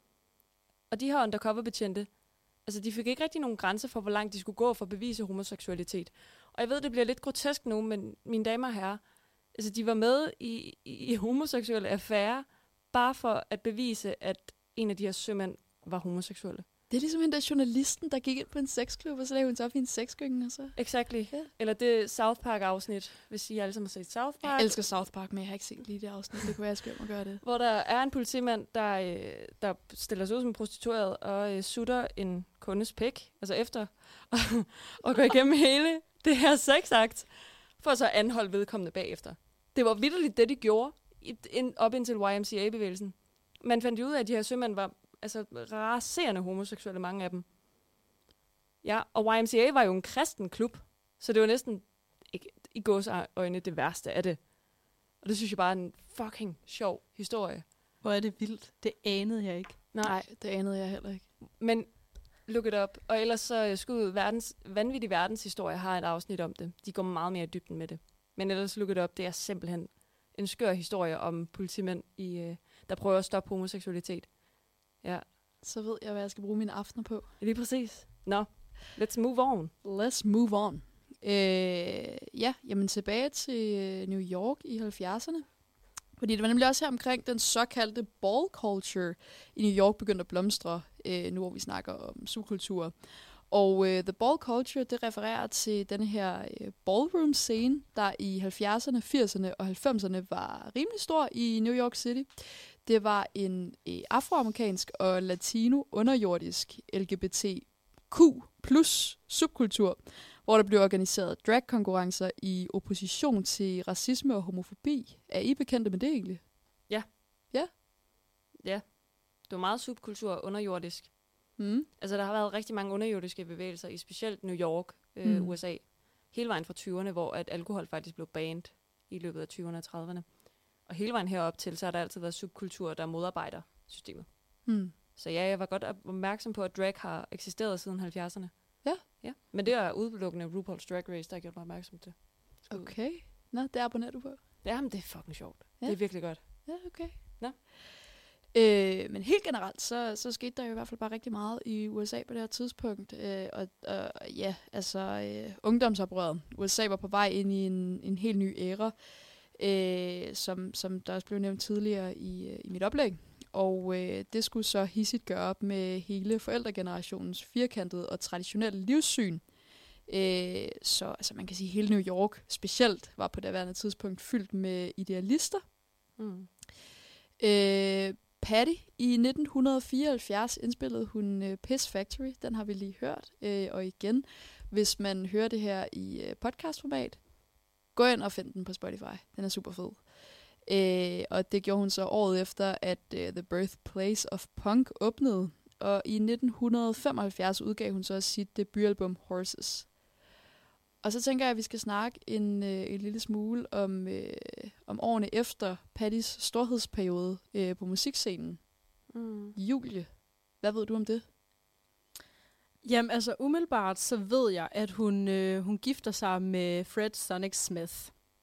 Og de her undercover-betjente, altså de fik ikke rigtig nogen grænser for, hvor langt de skulle gå for at bevise homoseksualitet. Og jeg ved, det bliver lidt grotesk nu, men mine damer og herrer, altså de var med i, i, i homoseksuelle affærer, bare for at bevise, at en af de her sømænd var homoseksuelle. Det er ligesom hende der journalisten, der gik ind på en sexklub, og så lavede hun sig op i en sexgynge, og så... Exactly. Ja. Eller det South Park-afsnit, hvis I alle sammen har set South Park. Jeg elsker South Park, men jeg har ikke set lige det afsnit. Det kunne jeg skømme at gøre det. Hvor der er en politimand, der, øh, der stiller sig ud som prostitueret og øh, sutter en kundes pik, altså efter, og, og går igennem hele det her sexakt, for så at anholde vedkommende bagefter. Det var vitterligt det, de gjorde, ind, op indtil Y M C A-bevægelsen. Man fandt ud af, at de her sømænd var altså raserende homoseksuelle, mange af dem. Ja, og Y M C A var jo en kristen klub, så det var næsten ikke, i gåseøjne det værste af det. Og det synes jeg bare er en fucking sjov historie. Hvor er det vildt. Det anede jeg ikke. Nej, Nej, det anede jeg heller ikke. men look it up. Og ellers så skud verdens, vanvittig verdenshistorie har et afsnit om det. De går meget mere i dybden med det. Men ellers look it up, det er simpelthen en skør historie om politimænd, i, øh, der prøver at stoppe homoseksualitet. Ja, Så ved jeg, hvad jeg skal bruge mine aftener på. lige præcis. Nå, let's move on. Let's move on. Øh, ja, jamen tilbage til øh, New York i halvfjerdserne. Fordi det var nemlig også her omkring den såkaldte ball culture i New York begyndte at blomstre, øh, nu hvor vi snakker om subkultur. Og øh, The Ball Culture, det refererer til denne her øh, ballroom-scene, der i halvfjerdserne, firserne og halvfemserne var rimelig stor i New York City. Det var en øh, afroamerikansk og latino underjordisk L G B T Q plus subkultur, hvor der blev organiseret drag-konkurrencer i opposition til racisme og homofobi. Er I bekendte med det egentlig? Ja. Ja? Ja. Det var meget subkultur underjordisk. Mm. Altså, der har været rigtig mange underjordiske bevægelser i specielt New York, øh, Mm. U S A. Hele vejen fra tyverne, hvor at alkohol faktisk blev banned i løbet af tyverne og trediverne. Og hele vejen herop til, så har der altid været subkultur, der modarbejder systemet. Mm. Så ja, jeg var godt opmærksom på, at drag har eksisteret siden halvfjerdserne. Ja. Ja. Men det er udelukkende RuPaul's Drag Race, der har gjort mig opmærksom til. Skud. Okay. Nå, det abonnerer du på. Ja, men det er fucking sjovt. Ja. Det er virkelig godt. Ja, okay. Nå. Øh, men helt generelt, så, så skete der jo i hvert fald bare rigtig meget i U S A på det her tidspunkt. Øh, og, og ja, altså øh, ungdomsoprøret. U S A var på vej ind i en, en helt ny æra, øh, som, som der også blev nævnt tidligere i, øh, i mit oplæg. Og øh, det skulle så hissigt gøre op med hele forældregenerationens firkantede og traditionelle livssyn. Øh, så altså, man kan sige, at hele New York specielt var på det værende tidspunkt fyldt med idealister. Mm. Øh, Patty i nitten fireoghalvfjerds indspillede hun øh, Piss Factory. Den har vi lige hørt. Øh, og igen, hvis man hører det her i øh, podcastformat, gå ind og find den på Spotify. Den er super fed. Øh, og det gjorde hun så året efter, at øh, The Birthplace of Punk åbnede. Og i nitten femoghalvfjerds udgav hun så sit debutalbum Horses. Og så tænker jeg, at vi skal snakke en, øh, en lille smule om, øh, om årene efter Pattys storhedsperiode øh, på musikscenen. Mm. Julie, hvad ved du om det? Jamen altså umiddelbart, så ved jeg, at hun, øh, hun gifter sig med Fred Sonic Smith.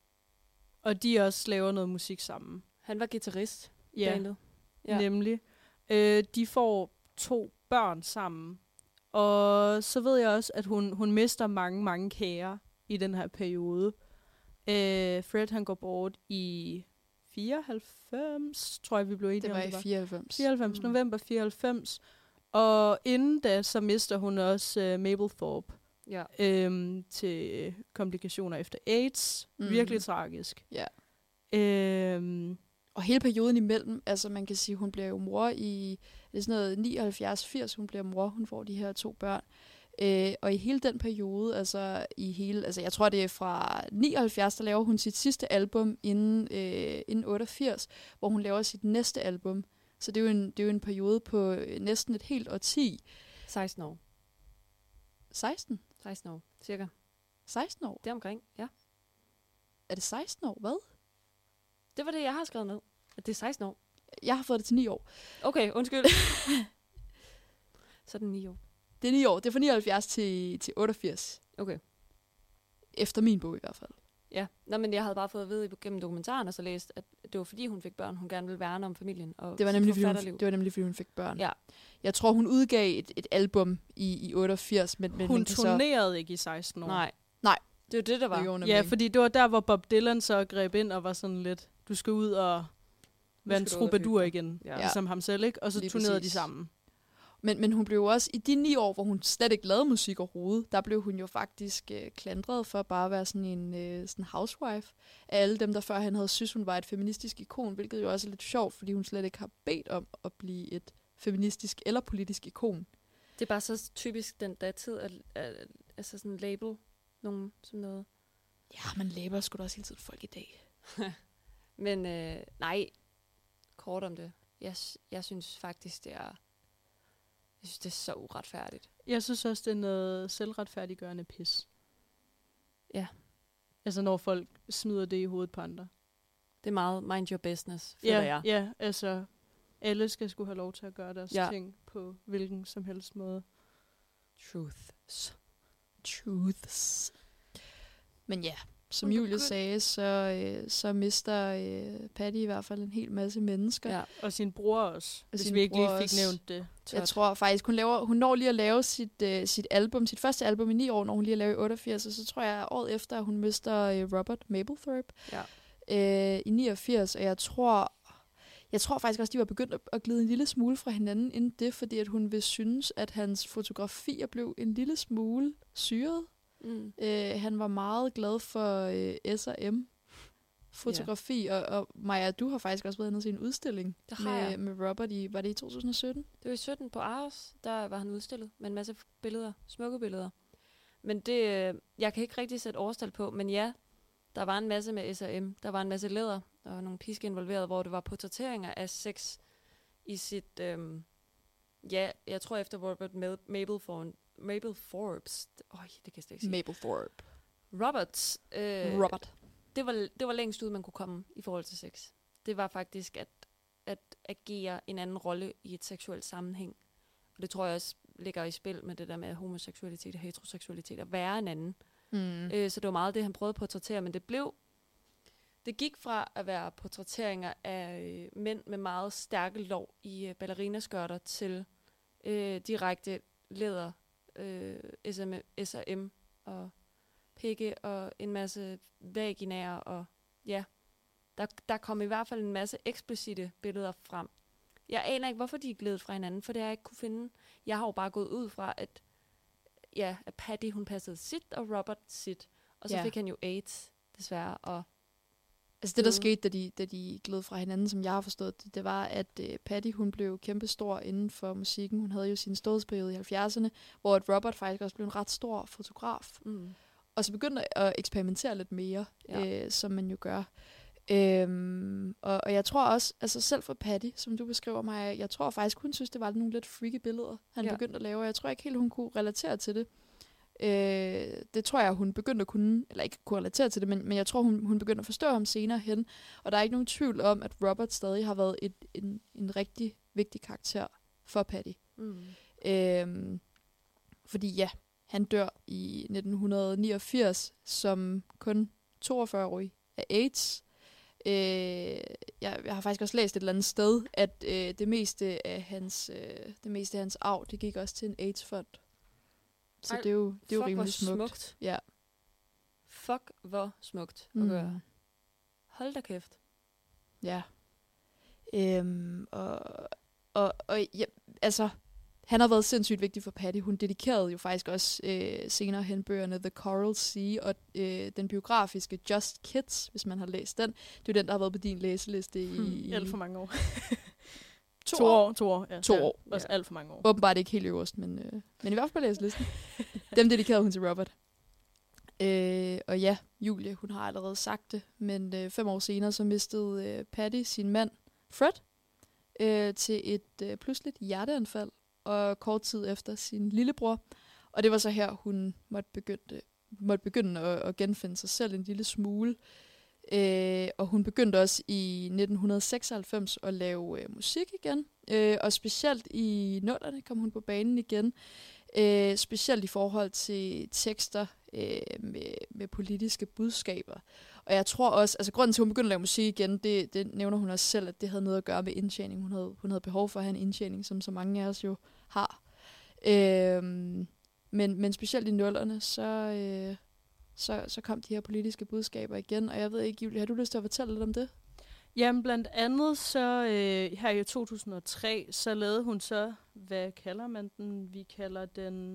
Og de også laver noget musik sammen. Han var guitarist i Ja, bandet. ja. Nemlig. Øh, de får to børn sammen. Og så ved jeg også, at hun, hun mister mange, mange kære i den her periode. Øh, Fred, han går bort i fireoghalvfems, tror jeg, vi blev enige Det om var det i var. fireoghalvfems. fireoghalvfems, Mm. november fireoghalvfems. Og inden da, så mister hun også uh, Mabel Thorpe Ja. øhm, til komplikationer efter AIDS. Mm. Mm. Virkelig tragisk. Ja. Øhm, Og hele perioden imellem, altså man kan sige, hun bliver jo mor i, det er sådan noget nioghalvfjerds firs, hun bliver mor, hun får de her to børn. Øh, og i hele den periode, altså i hele, altså jeg tror det er fra nioghalvfjerds, der laver hun sit sidste album inden, øh, inden otteogfirs, hvor hun laver sit næste album. Så det er jo en, det er jo en periode på øh, næsten et helt årti. seksten år. seksten? seksten år, cirka. seksten år? Det er omkring, ja. Er det seksten år? Hvad? Det var det, jeg har skrevet ned. At det er seksten år. Jeg har fået det til ni år. Okay, undskyld. Så er det ni år. Det er ni år. Det er fra nioghalvfjerds til, til otteogfirs. Okay. Efter min bog i hvert fald. Ja, Nå, men jeg havde bare fået at vide gennem dokumentaren, og så læst, at det var fordi, hun fik børn. Hun gerne ville værne om familien. Og Det var, sit nemlig, fordi hun, forfatterliv. det var nemlig, fordi hun fik børn. Ja. Jeg tror, hun udgav et, et album i, i otteogfirs, men, men hun man kan så... turnerede ikke i seksten år. Nej. Nej. Det var det, der var. Det gjorde hun Ja, nemlig. fordi det var der, hvor Bob Dylan så greb ind og var sådan lidt, du skal ud og være en skal du ud og troubadour hygge dig. igen, Ja. ja. ligesom ham selv, ikke? Og så Lige turnerede præcis. de sammen. Men, men hun blev jo også, i de ni år, hvor hun slet ikke lavede musik overhovedet, der blev hun jo faktisk øh, klandret for bare at være sådan en øh, sådan housewife af alle dem, der før han havde synes, hun var et feministisk ikon, hvilket jo også er lidt sjovt, fordi hun slet ikke har bedt om at blive et feministisk eller politisk ikon. Det er bare så typisk den datid, at, at, altså sådan label nogen som noget. Ja, man laber sgu da også hele tiden folk i dag. Men øh, nej, kort om det. Jeg, jeg synes faktisk, det er, jeg synes, det er så uretfærdigt. Jeg synes også, det er noget selvretfærdiggørende pis. Ja. Altså når folk smider det i hovedet på andre. Det er meget mind your business, føler Ja, jeg. ja, altså alle skal skulle have lov til at gøre deres Ja. ja. ting på hvilken som helst måde. Truths. Truths. Men ja, som Hun Julie begyndte- sagde, så, øh, så mister øh, Patty i hvert fald en hel masse mennesker. Ja. Og sin bror også, hvis sin vi ikke lige bror fik også. nævnt det. Jeg Tot. tror faktisk, hun, laver, hun når lige at lave sit, øh, sit album, sit første album i ni år, når hun lige at lave i otteogfirs, og så tror jeg, at året efter, at hun mister øh, Robert Mapplethorpe Ja. øh, i niogfirs, og jeg tror, jeg tror faktisk også, de var begyndt at, at glide en lille smule fra hinanden inden det, fordi at hun vil synes, at hans fotografier blev en lille smule syret. Mm. Øh, han var meget glad for øh, S og M fotografi, yeah. og, og Maja, du har faktisk også været inde og se en udstilling Det har med, jeg. med Robert i, var det i to tusind og sytten? Det var i sytten på Aros, der var han udstillet med en masse billeder, smukke billeder. Men det, øh, jeg kan ikke rigtig sætte årstal på, men ja, der var en masse med S og M. Der var en masse læder, der var nogle piske involveret, hvor det var portrætteringer af sex i sit, øhm, ja, jeg tror efter Robert Mabel, for, Mabel Forbes, øj, det kan jeg slet ikke sige. Mabel Thorpe. Roberts, øh, Robert. det var, det var længst ud, man kunne komme i forhold til sex. Det var faktisk at, at agere en anden rolle i et seksuelt sammenhæng. Og det tror jeg også ligger i spil med det der med homoseksualitet og heteroseksualitet, at være en anden. Mm. Øh, så det var meget det, han prøvede at portrættere, men det blev... Det gik fra at være portrætteringer af øh, mænd med meget stærke lår i øh, ballerinaskørter til øh, direkte læder, øh, S og M og pikke og en masse vaginaer, og ja, der, der kom i hvert fald en masse eksplicite billeder frem. Jeg aner ikke, hvorfor de er glædet fra hinanden, for det har jeg ikke kunne finde. Jeg har jo bare gået ud fra, at, ja, at Patty, hun passede sit, og Robert sit, og så Ja. fik han jo AIDS, desværre, og Altså det, der Mm. skete, da de, da de gled fra hinanden, som jeg har forstået det, det var, at uh, Patty, hun blev kæmpestor inden for musikken. Hun havde jo sin storhedsperiode i halvfjerdserne, hvor at Robert faktisk også blev en ret stor fotograf. mm. Og så begyndte at eksperimentere lidt mere, Ja. ja. øh, som man jo gør. Øhm, og, og jeg tror også, altså selv for Patty, som du beskriver mig, jeg tror faktisk, hun synes, det var nogle lidt freaky billeder, han Ja. ja. begyndte at lave. Og jeg tror ikke helt, hun kunne relatere til det. Øh, det tror jeg, hun begyndte at kunne, eller ikke kunne relatere til det, men, men jeg tror, hun, hun begyndte at forstå ham senere hen. Og der er ikke nogen tvivl om, at Robert stadig har været et, en, en rigtig vigtig karakter for Patty. Mm. Øhm, fordi ja, han dør i nitten niogfirs som kun toogfyrre-årig af AIDS. Øh, jeg, jeg har faktisk også læst et eller andet sted, at øh, det meste af hans øh, det meste af hans arv, det gik også til en AIDS-fond. Så Ej, det er jo, det er jo Fuck, rimelig hvor smukt. smukt. Ja. Fuck, hvor smukt at Mm. gøre. Hold da kæft. Ja. Øhm, og, og, og ja, altså, han har været sindssygt vigtig for Patty. Hun dedikerede jo faktisk også øh, senere hen bøgerne The Coral Sea og øh, den biografiske Just Kids, hvis man har læst den. Det er jo den, der har været på din læseliste i, Hmm, i alt for mange år. to, to år. år. To år, ja. To ja, år, Også ja. alt for mange år. Åbenbart ikke helt øverst, men, øh, men i hvert fald på læselisten. Dem dedikerede hun til Robert. Øh, og ja, Julie, hun har allerede sagt det, men øh, fem år senere, så mistede øh, Patty sin mand, Fred, øh, til et øh, pludseligt hjerteanfald, og kort tid efter sin lillebror. Og det var så her, hun måtte begynde, måtte begynde at, at genfinde sig selv en lille smule. Øh, og hun begyndte også i nitten seksoghalvfems at lave øh, musik igen. Øh, og specielt i nullerne kom hun på banen igen. Øh, specielt i forhold til tekster øh, med, med politiske budskaber. Og jeg tror også, altså grunden til, at hun begyndte at lave musik igen, det, det nævner hun også selv, at det havde noget at gøre med indtjening. Hun havde, hun havde behov for at have en indtjening, som så mange af os jo har. Øh, men, men specielt i nullerne, så, øh, så, så kom de her politiske budskaber igen. Og jeg ved ikke, Julie, har du lyst til at fortælle lidt om det? Jamen blandt andet så øh, her i to tusind og tre, så lavede hun så, hvad kalder man den? Vi kalder den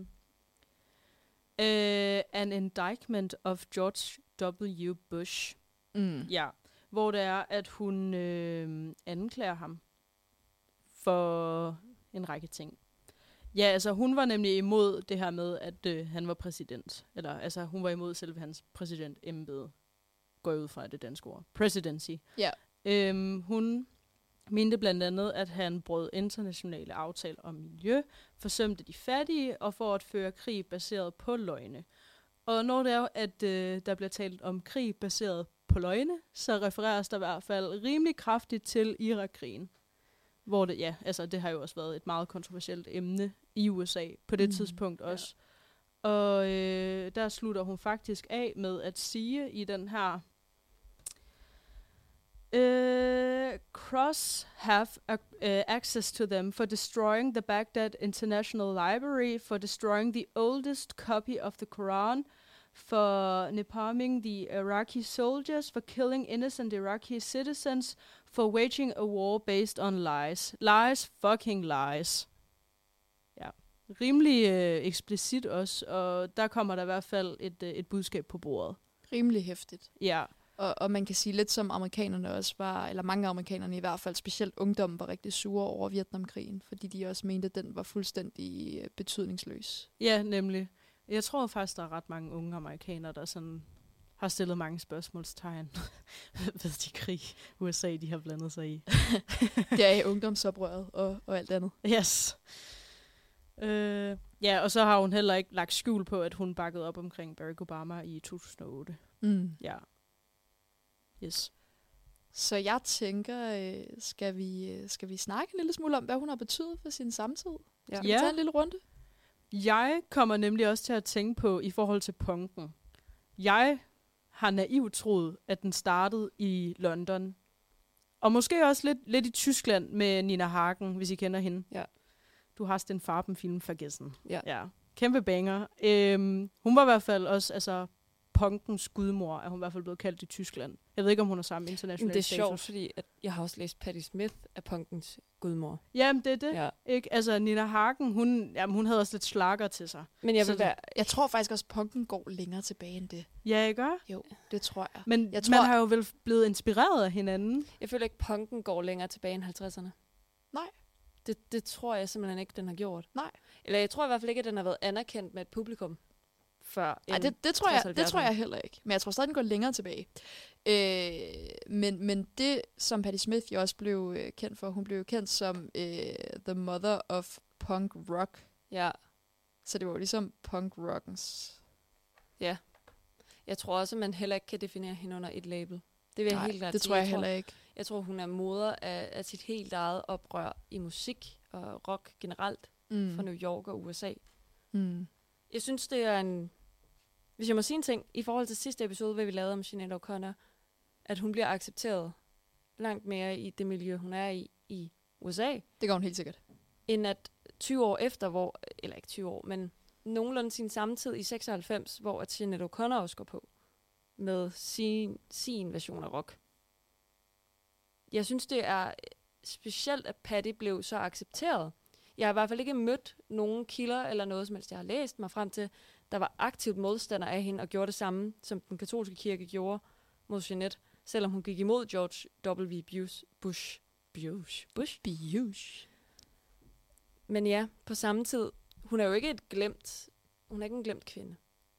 øh, An Indictment of George W. Bush. Mm. Ja, hvor det er, at hun øh, anklager ham for en række ting. Ja, altså hun var nemlig imod det her med, at øh, han var præsident. Eller altså hun var imod selve hans præsidentembede. Går jeg ud fra det danske ord. Presidency. Ja. Øhm, hun mente blandt andet, at han brød internationale aftaler om miljø, forsømte de fattige og for at føre krig baseret på løgne. Og når det er, at øh, der bliver talt om krig baseret på løgne, så refereres der i hvert fald rimelig kraftigt til Irak-krigen. Hvor det, ja, altså det har jo også været et meget kontroversielt emne i U S A på det Mm, tidspunkt også. Ja. Og øh, der slutter hun faktisk af med at sige i den her Uh, Cross have uh, access to them for destroying the Baghdad International Library, for destroying the oldest copy of the Quran, for napalming the Iraqi soldiers, for killing innocent Iraqi citizens, for waging a war based on lies. Lies, fucking lies. Ja, rimelig øh, eksplicit også, og der kommer der i hvert fald et, øh, et budskab på bordet. Rimelig hæftigt. Ja. Og, og man kan sige lidt som amerikanerne også var, eller mange af amerikanerne i hvert fald, specielt ungdommen, var rigtig sure over Vietnamkrigen, fordi de også mente, at den var fuldstændig øh, betydningsløs. Ja, nemlig. Jeg tror faktisk, der er ret mange unge amerikanere, der sådan har stillet mange spørgsmålstegn ved de krig, U S A de har blandet sig i. Det er ungdomsoprøret og, og alt andet. Yes. Øh, ja, og så har hun heller ikke lagt skjul på, at hun bakkede op omkring Barack Obama i to tusind og otte. Mm. Ja. Yes. Så jeg tænker, øh, skal, vi, øh, skal vi snakke en lille smule om, hvad hun har betydet for sin samtid? Ja. Skal vi tage en lille runde? Jeg kommer nemlig også til at tænke på, i forhold til punken. Jeg har naivt troet, at den startede i London. Og måske også lidt, lidt i Tyskland med Nina Hagen, hvis I kender hende. Ja. Du har den Farben-film, Vergessen. Ja. Ja. Kæmpe banger. Øhm, hun var i hvert fald også, altså, punkens gudmor, er hun i hvert fald blevet kaldt i Tyskland. Jeg ved ikke, om hun har samme internationale Det er status. sjovt, fordi at jeg har også læst Patti Smith af punkens gudmor. Jamen, det er det. Ja. Ikke? Altså, Nina Hagen, hun, jamen, hun havde også lidt slager til sig. Men jeg Så vil det- være... Jeg tror faktisk også, at punken går længere tilbage end det. Ja, ikke? Jo, det tror jeg. Men Jeg jeg tror- tror, man har jo vel blevet inspireret af hinanden. Jeg føler ikke, punken går længere tilbage end halvtredserne. Nej. Det, det tror jeg simpelthen ikke, den har gjort. Nej. Eller jeg tror i hvert fald ikke, at den har været anerkendt med et publikum før. Nej, end det, det, tror jeg, det halvfjerdserne. tror jeg heller ikke. Men jeg tror stadig, den går længere tilbage. Øh, men, men det, som Patti Smith jo også blev øh, kendt for, hun blev jo kendt som øh, the mother of punk rock. Ja, Så det var jo ligesom punk rockens... ja. Jeg tror også, at man heller ikke kan definere hende under et label. Det vil jeg Nej, helt klart det sige. tror jeg heller ikke. Jeg tror, hun er moder af, af sit helt eget oprør i musik og rock generelt Mm. fra New York og U S A. Mm. Jeg synes, det er en... Hvis jeg må sige en ting, i forhold til sidste episode, hvad vi lavede om Sinéad O'Connor, at hun bliver accepteret langt mere i det miljø, hun er i i U S A, Det går hun helt sikkert. end at tyve år efter, hvor, eller ikke tyve år, men nogenlunde sin samtid i seksoghalvfems, hvor at Sinéad O'Connor også går på med sin, sin version af rock. Jeg synes, det er specielt, at Patti blev så accepteret. Jeg har i hvert fald ikke mødt nogen kilder eller noget som helst, jeg har læst mig frem til, der var aktivt modstander af hende og gjorde det samme, som den katolske kirke gjorde mod Jeanette, selvom hun gik imod George W. Bush. Bush. Bush. Bush. Biush. Men ja, på samme tid, hun er jo ikke et glemt, hun er ikke en glemt kvinde.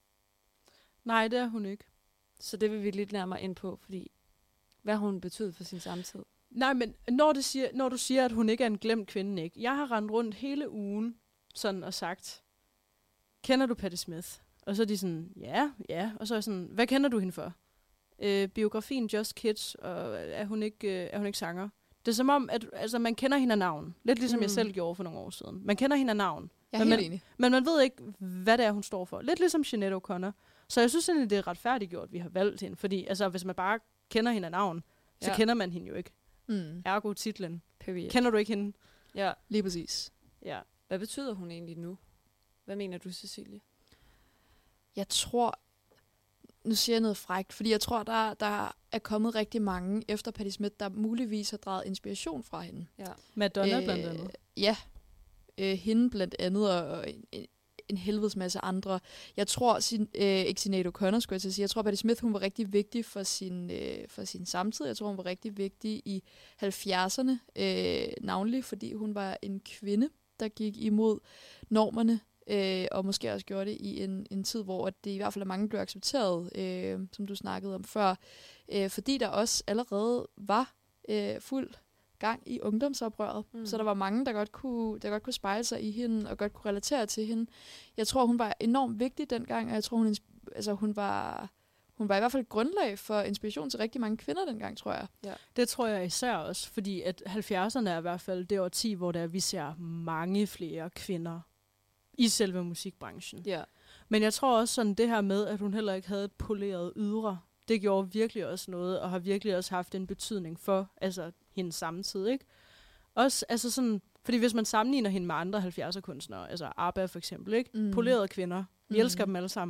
Nej, det er hun ikke. Så det vil vi lidt nærmere ind på, fordi hvad har hun betydet for sin samtid? Nej, men når du, siger, når du siger, at hun ikke er en glemt kvinde, ikke? Jeg har rendt rundt hele ugen sådan og sagt, kender du Patti Smith? Og så er de sådan, ja, ja. Og så er jeg sådan, hvad kender du hende for? Øh, biografien Just Kids, og er hun ikke, øh, er hun ikke sanger? Det er som om, at altså, man kender hende af navn. Lidt ligesom mm. jeg Mm. selv gjorde for nogle år siden. Man kender hende af navn. Jeg er Men helt man- enig. Men man ved ikke, hvad det er, hun står for. Lidt ligesom Sinéad O'Connor. Så jeg synes egentlig, det er retfærdiggjort, at vi har valgt hende. Fordi altså, hvis man bare kender hende af navn, så Ja. kender man hende jo ikke. Mm. Ergo titlen. Period. Kender du ikke hende? Ja. Lige præcis. Ja. Hvad betyder hun egentlig nu? Hvad mener du, Cecilie? Jeg tror, nu siger jeg noget frækt, fordi jeg tror, der, der er kommet rigtig mange efter Patti Smith, der muligvis har draget inspiration fra hende. Ja. Madonna øh, blandt andet. Ja, øh, hende blandt andet, og, og en, en, en helvedes masse andre. Jeg tror, sin, øh, ikke Sinéad O'Connor, skulle jeg til at sige, jeg tror, Patti Smith, hun var rigtig vigtig for sin, øh, for sin samtid. Jeg tror, hun var rigtig vigtig i halvfjerdserne, øh, navnlig fordi hun var en kvinde, der gik imod normerne, øh, og måske også gjorde det i en, en tid, hvor det i hvert fald er mange blev accepteret, øh, som du snakkede om før, øh, fordi der også allerede var øh, fuld gang i ungdomsoprøret, Mm. mm. så der var mange, der godt, kunne, der godt kunne spejle sig i hende, og godt kunne relatere til hende. Jeg tror, hun var enormt vigtig dengang, og jeg tror, hun, ins- altså, hun var... Hun var i hvert fald et grundlag for inspiration til rigtig mange kvinder dengang, tror jeg. Det tror jeg især også, fordi at halvfjerdserne er i hvert fald det årti, hvor der vi ser mange flere kvinder i selve musikbranchen. Ja. Men jeg tror også sådan det her med, at hun heller ikke havde et poleret ydre, det gjorde virkelig også noget, og har virkelig også haft en betydning for altså, hendes samtid, ikke? Også, altså sådan, fordi hvis man sammenligner hende med andre halvfjerdser kunstnere, altså ABBA for eksempel, ikke? Mm. Mm. Polerede kvinder, vi Mm. elsker dem alle sammen.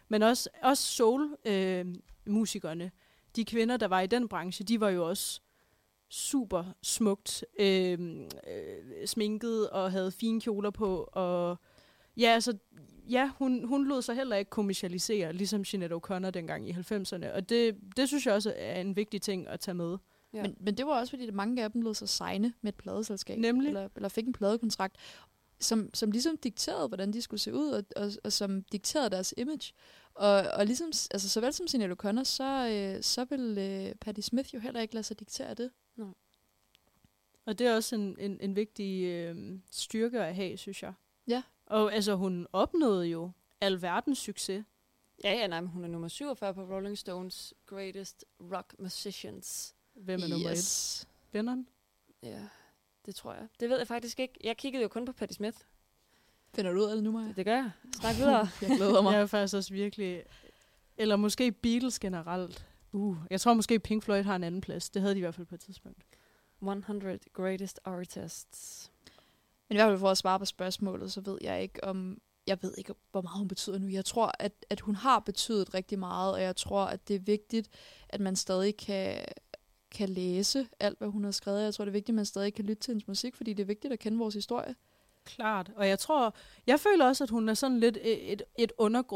Men også, også soul-musikerne, øh, de kvinder, der var i den branche, de var jo også super smukt øh, øh, sminket og havde fine kjoler på. Og ja, altså, ja hun, hun lod sig heller ikke kommercialisere, ligesom Sinéad O'Connor dengang i halvfemserne. Og det, det synes jeg også er en vigtig ting at tage med. Ja. Men, men det var også, fordi det mange af dem lod sig signe med et pladeselskab. Nemlig. Eller, eller fik en pladekontrakt, som, som ligesom dikterede, hvordan de skulle se ud, og, og, og som dikterede deres image. Og, og ligesom, altså såvel som Sinéad O'Connor, så, øh, så vil øh, Patti Smith jo heller ikke lade sig diktere det. No. Og det er også en, en, en vigtig øh, styrke at have, synes jeg. Ja. Og altså, hun opnåede jo alverdens succes. Ja, ja, nej, men hun er nummer syvogfyrre på Rolling Stones Greatest Rock Musicians. Hvem er Yes. nummer et? Lennon? Ja, det tror jeg. Det ved jeg faktisk ikke. Jeg kiggede jo kun på Patti Smith. Finder du ud af det nu, Maja? Det gør jeg. Snak videre. Jeg glæder mig. Jeg er faktisk også virkelig... Eller måske Beatles generelt. Uh, jeg tror måske Pink Floyd har en anden plads. Det havde de i hvert fald på et tidspunkt. hundrede Greatest Artists. Men i hvert fald for at svare på spørgsmålet, så ved jeg ikke om... Jeg ved ikke, hvor meget hun betyder nu. Jeg tror, at, at hun har betydet rigtig meget, og jeg tror, at det er vigtigt, at man stadig kan, kan læse alt, hvad hun har skrevet. Jeg tror, det er vigtigt, at man stadig kan lytte til hendes musik, fordi det er vigtigt at kende vores historie. Klart. Og jeg tror... Jeg føler også, at hun er sådan lidt et, et, et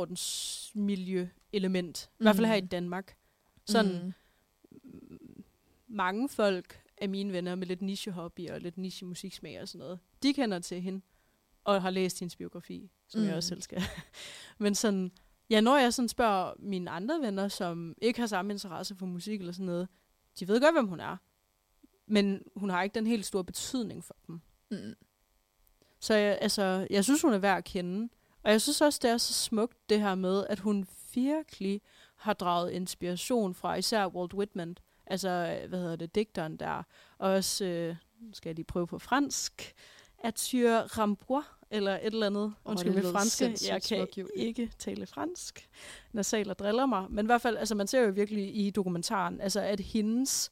undergrundsmiljø-element. Mm. I hvert fald her i Danmark. Sådan mm. mange folk af mine venner med lidt niche-hobby og lidt niche-musiksmag og sådan noget, de kender til hende og har læst hendes biografi, som mm. jeg også selv skal. Men sådan, ja, når jeg sådan spørger mine andre venner, som ikke har samme interesse for musik eller sådan noget, de ved godt, hvem hun er. Men hun har ikke den helt store betydning for dem. Mm. Så jeg, altså, jeg synes, hun er værd at kende. Og jeg synes også, det er så smukt, det her med, at hun virkelig har draget inspiration fra især Walt Whitman. Altså, hvad hedder det, digteren der. Og også, øh, skal jeg lige prøve på fransk, Arthur Rimbaud, eller et eller andet. Oh, Undskyld med franske. Jeg kan ikke tale fransk. Nasaler driller mig. Men i hvert fald, altså, man ser jo virkelig i dokumentaren, altså, at hendes,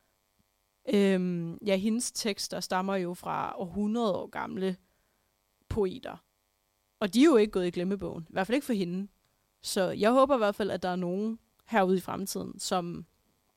øhm, ja, hendes tekster stammer jo fra århundrede år gamle poeter. Og de er jo ikke gået i glemmebogen. I hvert fald ikke for hende. Så jeg håber i hvert fald, at der er nogen herude i fremtiden, som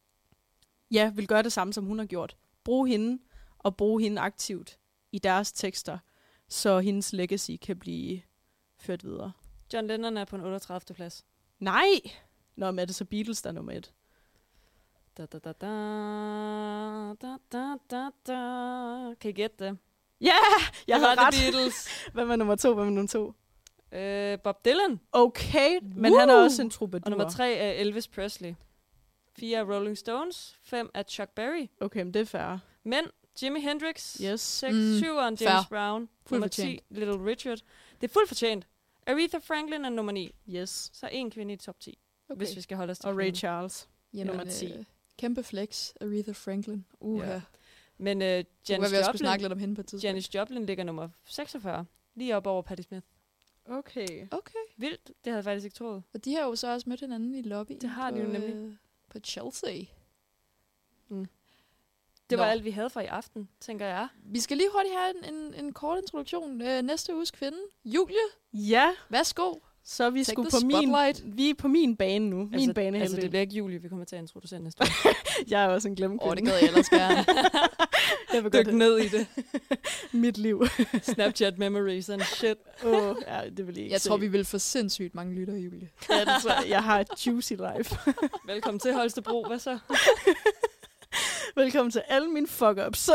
ja, vil gøre det samme, som hun har gjort. Brug hende, og bruge hende aktivt i deres tekster, så hendes legacy kan blive ført videre. John Lennon er på en otteogtredivte plads. Nej! Nå, men er det så Beatles, der er nummer et? Da, da, da, da, da, da, da, da. Kan I gætte det? Ja! Yeah, jeg havde ret. Beatles. Hvem er nummer to? Hvem er nummer to? Øh, Bob Dylan. Okay, men Woo! han er også en troubadour. Og nummer tre er Elvis Presley. Fire er Rolling Stones. Fem er Chuck Berry. Okay, men det er fair. Men Jimi Hendrix. Yes. Seks, Mm, syveren James fair. Brown. Fuldt Nummer fortjent. ti, Little Richard. Det er fuldt fortjent. Aretha Franklin er nummer ni. Yes. Så en kvinde i top ti, Okay. hvis vi skal holde os til Og Ray kvinden. Charles. Jamen, nummer ti. Øh, kæmpe flex, Aretha Franklin. Uha. Ja. Ja. Men uh, Det Janis var, vi også skulle snakke Joplin, lidt om hende på et tidspunkt. Janis Joplin ligger nummer seksogfyrre. Lige op over Patti Smith. Okay. Okay. Vildt. Det havde jeg faktisk ikke troet. Og de har jo så også mødt hinanden i lobbyen. Det har de på, jo nemlig. øh, På Chelsea. Det var Nå. alt, vi havde for i aften, tænker jeg. Vi skal lige hurtigt have en, en, en kort introduktion. Øh, næste uges kvinde. Julie, Ja, værsgo. så er vi Take skulle the på min, spotlight. vi er på min bane nu. Min altså, bane altså, det bliver ikke Julie, vi kommer til at introducere næste uge. Jeg er også en glemt Åh, oh, det gad jeg ellers gerne. Jeg vil Dyk godt ned i det. mit liv. Snapchat memories and shit. Åh, oh, ja, det vil I ikke Jeg se. tror, vi vil få sindssygt mange lyttere, Julie. Ja, det tror jeg. Jeg har et juicy life. Velkommen til Holstebro. Hvad så? Velkommen til alle mine fuck-ups.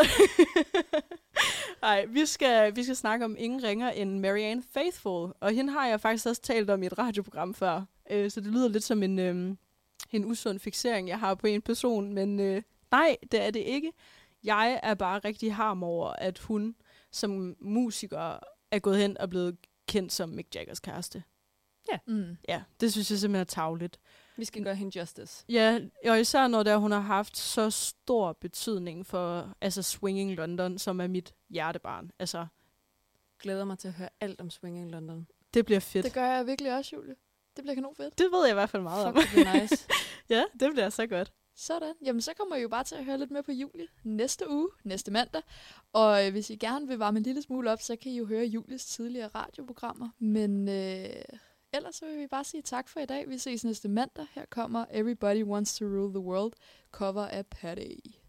Ej, vi skal, vi skal snakke om ingen ringer end Marianne Faithfull. Og hende har jeg faktisk også talt om i et radioprogram før. Øh, så det lyder lidt som en, øh, en usund fiksering, jeg har på en person. Men øh, nej, det er det ikke. Jeg er bare rigtig harm over, at hun som musiker er gået hen og blevet kendt som Mick Jaggers kæreste. Mm. Ja, det synes jeg simpelthen er tarveligt. Vi skal gøre hende justice. Ja, og især når der hun har haft så stor betydning for altså Swinging London, som er mit hjertebarn. Altså, Glæder mig til at høre alt om Swinging London. det bliver fedt. Det gør jeg virkelig også, Julie. Det bliver kanon fedt. Det ved jeg i hvert fald meget om. Fuck, det bliver nice. Ja, det bliver så godt. Sådan. Jamen, så kommer I jo bare til at høre lidt mere på Julie næste uge, næste mandag. Og øh, hvis I gerne vil varme en lille smule op, så kan I jo høre Julies tidligere radioprogrammer. Men øh, ellers så vil vi bare sige tak for i dag. Vi ses næste mandag. Her kommer Everybody Wants to Rule the World, cover af Patty.